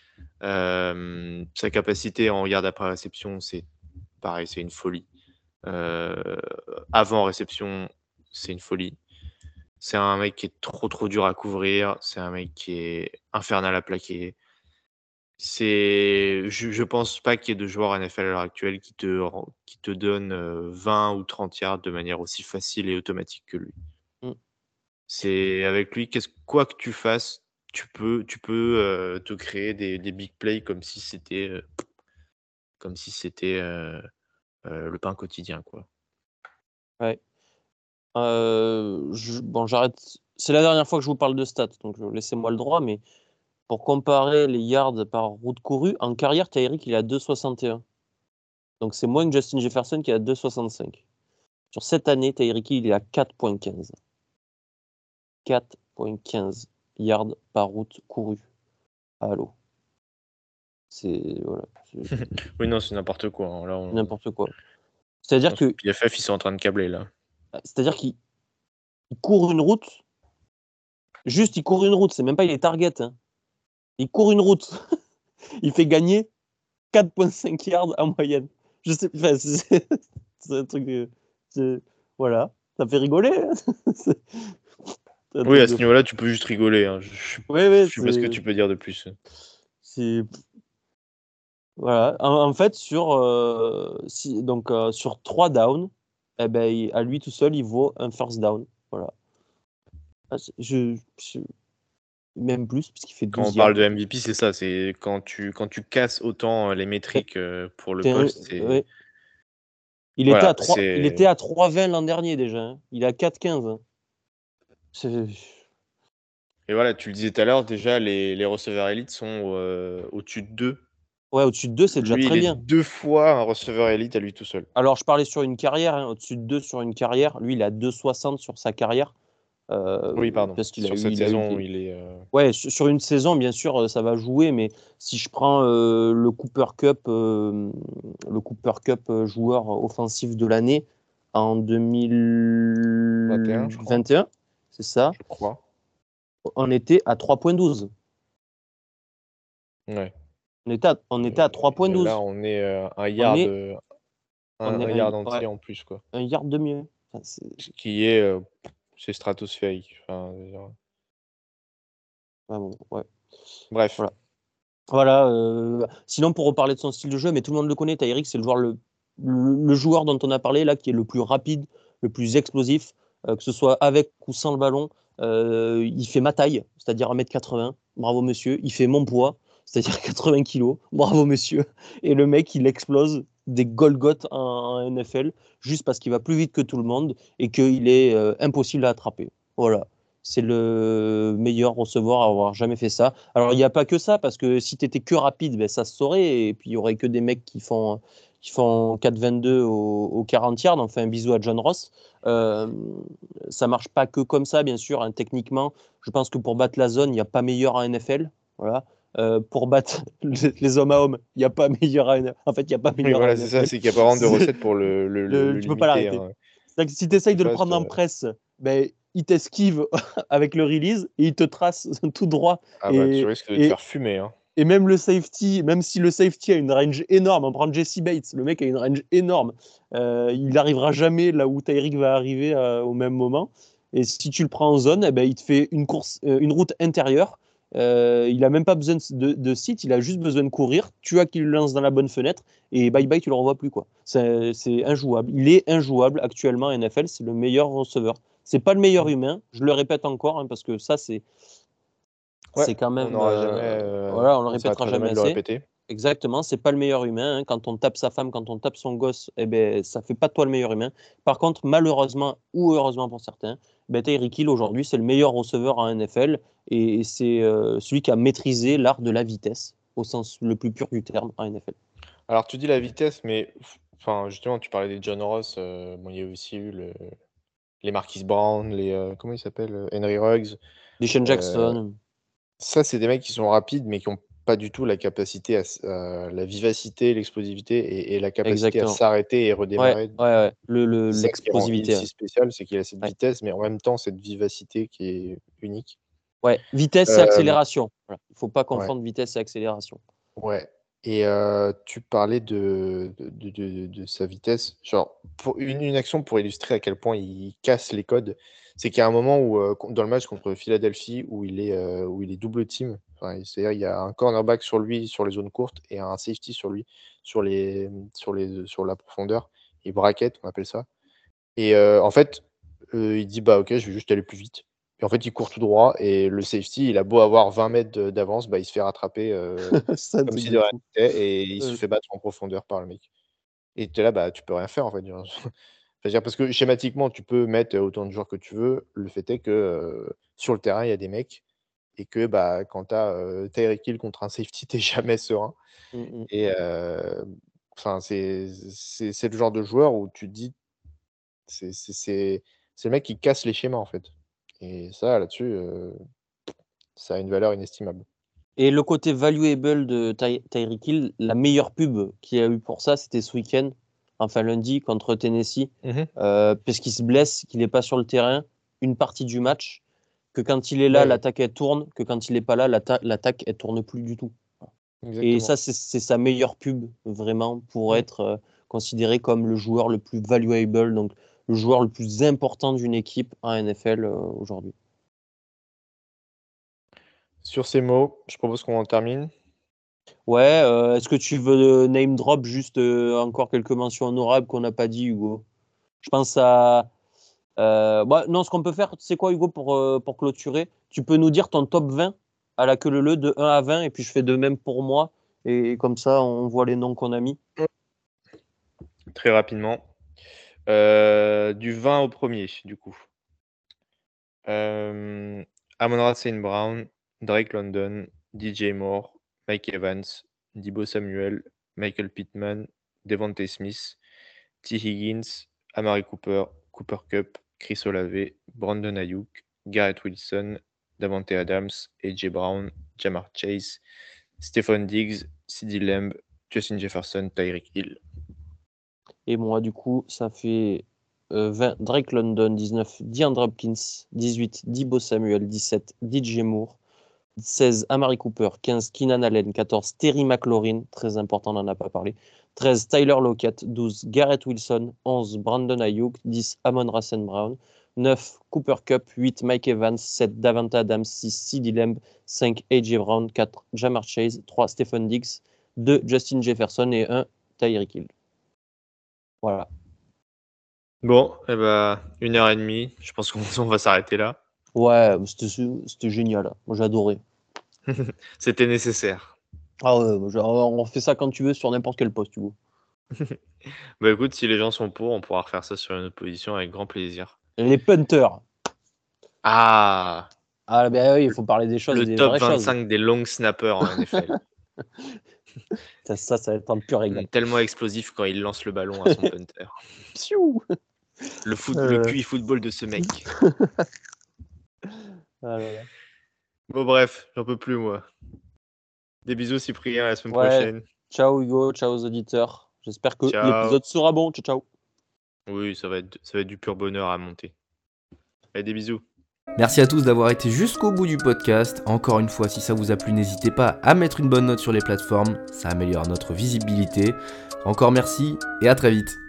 Euh, sa capacité en yards après réception, c'est pareil, c'est une folie. Euh, avant réception, c'est une folie. C'est un mec qui est trop trop dur à couvrir. C'est un mec qui est infernal à plaquer. C'est, je, je pense pas qu'il y ait de joueurs N F L à l'heure actuelle qui te, ren- qui te donnent euh, vingt ou trente yards de manière aussi facile et automatique que lui. Mm. C'est avec lui, qu'est-ce, quoi que tu fasses, tu peux, tu peux euh, te créer des, des big plays comme si c'était, euh, comme si c'était euh, euh, le pain quotidien, quoi. Ouais. Euh, je- bon, j'arrête. C'est la dernière fois que je vous parle de stats, donc euh, laissez-moi le droit. Mais pour comparer les yards par route courue, en carrière, Tyreek il est à deux virgule soixante et un. Donc c'est moins que Justin Jefferson qui est à deux virgule soixante-cinq. Sur cette année, Tyreek Hill il est à quatre virgule quinze. quatre virgule quinze yards par route courue. Allô. C'est voilà, c'est Oui, non, c'est n'importe quoi, hein. Là, on- n'importe quoi. je C'est-à-dire pense que, que P F F, ils sont en train de câbler là. c'est-à-dire qu'il il court une route. Juste, il court une route. C'est même pas il est target. Hein. Il court une route. Il fait gagner quatre virgule cinq yards en moyenne. Je sais, enfin, c'est, c'est un truc. de- c'est- voilà, ça fait rigoler. Hein. C'est un Oui, truc à de ce fou. niveau-là, tu peux juste rigoler, hein. Je, je, Oui, je oui, sais pas ce que c'est, tu peux dire de plus. c'est, voilà. En, en fait, sur euh, si, donc euh, sur trois downs, eh ben, il- à lui tout seul, il vaut un first down. Voilà. Ah, c'est- Je, je- même plus puisqu'il fait Quand on douze yards. parle de M V P, c'est ça. C'est quand tu, quand tu casses autant euh, les métriques euh, pour le C'est un- poste. C'est ouais. Il était voilà. à trois, il était C'est à trois vingt l'an dernier déjà. Hein. Il est à quatre quinze. Hein. C'est- et voilà. Tu le disais tout à l'heure. Déjà, les, les receveurs élites sont euh, au-dessus de deux. Ouais, au-dessus de deux, c'est déjà Lui, très il est bien. deux fois un receveur élite à lui tout seul. Alors, je parlais sur une carrière, hein, au-dessus de deux sur une carrière. Lui, il a deux soixante sur sa carrière. euh, Oui, pardon. parce qu'il a Sur eu, cette il a eu saison, des- il est. euh, Ouais, sur sur une saison, bien sûr, euh, ça va jouer, mais si je prends euh, le Cooper Cup, euh, le Cooper Cup euh, joueur offensif de l'année en vingt et un, je crois. deux mille vingt et un, c'est ça, Je crois. on était à trois virgule douze. Ouais. On était à, on était à trois virgule Et là, douze. on est euh, un On yard, est, euh, on un, est un un, yard entier ouais, en plus, quoi. un yard de mieux. Enfin, c'est- Ce qui est, euh, c'est stratosphérique. Enfin, je veux dire, ah bon, ouais. Bref. Voilà. Voilà. Euh, sinon, pour reparler de son style de jeu, mais tout le monde le connaît, Tyreek, c'est le joueur, le, le, le joueur dont on a parlé là, qui est le plus rapide, le plus explosif, euh, que ce soit avec ou sans le ballon. Euh, il fait ma taille, c'est-à-dire un mètre quatre-vingts. Bravo, monsieur. Il fait mon poids, c'est-à-dire quatre-vingts kilos. Bravo, monsieur. Et le mec, il explose des Golgoth en, en N F L juste parce qu'il va plus vite que tout le monde et qu'il est euh, impossible à attraper. Voilà. C'est le meilleur receveur à avoir jamais fait ça. Alors, il n'y a pas que ça, parce que si tu étais que rapide, ben, ça se saurait. Et puis, il n'y aurait que des mecs qui font, qui font quatre vingt-deux au, au quarante yards. On fait un bisou à John Ross. Euh, ça marche pas que comme ça, bien sûr. Hein. Techniquement, je pense que pour battre la zone, il n'y a pas meilleur en N F L. Voilà. Euh, pour battre les hommes à hommes, il n'y a pas meilleur à N F L. En fait, il n'y a pas Oui, meilleur voilà, à c'est N F L. ça, c'est qu'il n'y a pas vraiment de recette pour le, le, le, Le- le tu peux pas limiter. l'arrêter. Hein. C'est-à-dire que si tu essayes de le Fast, prendre en euh, presse, ben, il t'esquive avec le release et il te trace tout droit. Ah bah, tu Et, risques de te et, faire fumer. Hein. et même le safety, même si le safety a une range énorme, on prend Jesse Bates, le mec a une range énorme, euh, il n'arrivera jamais là où Tyreek va arriver euh, au même moment. Et si tu le prends en zone, eh ben, il te fait une, course, euh, une route intérieure. Euh, il n'a même pas besoin de, de site, il a juste besoin de courir. Tu as qu'il le lance dans la bonne fenêtre et bye bye, tu le revois plus. Quoi. C'est, c'est injouable. Il est injouable actuellement en N F L, c'est le meilleur receveur. C'est pas le meilleur humain, je le répète encore, hein, parce que ça, c'est, Ouais, c'est quand on même. n'aura jamais, euh, euh, voilà, on le on répétera s'arrêtera jamais jamais de le assez. répéter. Exactement, c'est pas le meilleur humain. Hein. Quand on tape sa femme, quand on tape son gosse, eh ben, ça fait pas de toi le meilleur humain. Par contre, malheureusement ou heureusement pour certains, ben, Tyreek Hill aujourd'hui, c'est le meilleur receveur en N F L et c'est euh, celui qui a maîtrisé l'art de la vitesse au sens le plus pur du terme en N F L. Alors, tu dis la vitesse, mais enfin, justement, tu parlais des John Ross. euh, bon, il y a aussi eu le, les Marquise Brown, les euh, comment ils s'appellent, euh, Henry Ruggs. Deshaun Euh, Jackson, ça, c'est des mecs qui sont rapides, mais qui n'ont pas du tout la capacité, à, s- à la vivacité, l'explosivité et, et la capacité à exactement. s'arrêter et Ouais, redémarrer. ouais, ouais. Le, le- C'est ça qui rend Hill l'explosivité. si Ouais. spécial, c'est qu'il a cette Ouais. vitesse, mais en même temps cette vivacité qui est unique. Ouais. Vitesse et Euh, accélération. Voilà. Il ne faut pas ouais. confondre vitesse et accélération. Ouais. Et euh, tu parlais de, de, de, de- de sa vitesse. Genre, pour une, une action pour illustrer à quel point il casse les codes, c'est qu'il y a un moment où, euh, dans le match contre Philadelphie, où il est, euh, où il est double team. Enfin, c'est-à-dire, il y a un cornerback sur lui, sur les zones courtes, et un safety sur lui, sur, les, sur, les, sur la profondeur. Et bracket, on appelle ça. Et euh, en fait, euh, il dit, bah ok, je vais juste aller plus vite. Et en fait, il court tout droit, et le safety, il a beau avoir vingt mètres de- d'avance, bah, il se fait rattraper. euh, C'est un comme truc si de de rien fou. n'était et il se Euh, fait battre en profondeur par le mec. Et tu es là, bah, tu peux rien faire en fait. Genre. C'est-à-dire parce que schématiquement, tu peux mettre autant de joueurs que tu veux. Le fait est que euh, sur le terrain, il y a des mecs et que bah, quand tu as euh, Tyreek Hill contre un safety, tu jamais serein. mm, mm. Et euh, enfin, c'est c'est c'est le genre de joueur où tu te dis, c'est c'est- c'est- c'est le mec qui casse les schémas en fait. Et ça, là-dessus, euh, ça a une valeur inestimable. Et le côté valuable de Ty- Tyreek Hill, la meilleure pub qu'il y a eu pour ça, c'était ce week-end, enfin lundi, contre Tennessee, Mhm. euh, parce qu'il se blesse, qu'il n'est pas sur le terrain une partie du match, que quand il est là, Ouais, l'attaque, elle tourne, que quand il n'est pas là, l'atta- l'attaque, elle tourne plus du tout. Et exactement. ça, c'est c'est sa meilleure pub, vraiment, pour Mm. être euh, considéré comme le joueur le plus valuable, donc le joueur le plus important d'une équipe en N F L euh, aujourd'hui. Sur ces mots, je propose qu'on en termine. Ouais, euh, est-ce que tu veux name drop juste euh, encore quelques mentions honorables qu'on n'a pas dit, Hugo? Je pense à. euh, bah, non, ce qu'on peut faire, c'est quoi, Hugo, pour, euh, pour clôturer? Tu peux nous dire ton top vingt à la queue leu de un à vingt, et puis je fais de même pour moi. Et comme ça, on voit les noms qu'on a mis. Très rapidement. Euh, du vingt au premier, du coup. Euh, Amon-Ra Saint Brown, Drake London, D J Moore, Mike Evans, Deebo Samuel, Michael Pittman, Devontae Smith, T. Higgins, Amari Cooper, Cooper Kupp, Chris Olave, Brandon Ayuk, Garrett Wilson, Davante Adams, A J Brown, Jamar Chase, Stephon Diggs, CeeDee Lamb, Justin Jefferson, Tyreek Hill. Et moi, du coup, ça fait euh, vingt Drake London, dix-neuf DeAndre Hopkins, dix-huit Deebo Samuel, dix-sept D J Moore, seize Amari Cooper, quinze Keenan Allen, quatorze Terry McLaurin, très important, on n'en a pas parlé, treize Tyler Lockett, douze Garrett Wilson, onze Brandon Ayuk, dix Amon-Ra Saint Brown, neuf, Cooper Kupp. huit, Mike Evans. sept, Davante Adams. six, CeeDee Lamb. cinq, A J Brown. quatre, Ja'Marr Chase. trois, Stephen Diggs. deux, Justin Jefferson. Et un, Tyreek Hill. Voilà. Bon, eh ben, une heure et demie. Je pense qu'on on va s'arrêter là. Ouais, c'était, c'était génial. Moi, j'ai adoré. C'était nécessaire. Ah ouais, genre, on fait ça quand tu veux sur n'importe quel poste, tu veux. Bah écoute, si les gens sont pour, on pourra refaire ça sur une autre position avec grand plaisir. Et les punters. Ah, Ah ben oui, il faut parler des choses, le des top vraies vingt-cinq choses. des long snappers en N F L. Ça, ça, ça va être un pur régal. Tellement explosif quand il lance le ballon à son punter. Psiou. Le, foot, Euh. le Q I football de ce mec. Ah là là. Bon bref, j'en peux plus moi. Des bisous Cyprien, à la semaine Ouais. prochaine. Ciao Hugo, ciao aux auditeurs. J'espère que Ciao. l'épisode sera bon. Ciao, ciao. Oui, ça va être, ça va être du pur bonheur à monter. Allez, des bisous. Merci à tous d'avoir été jusqu'au bout du podcast. Encore une fois, si ça vous a plu, n'hésitez pas à mettre une bonne note sur les plateformes. Ça améliore notre visibilité. Encore merci et à très vite.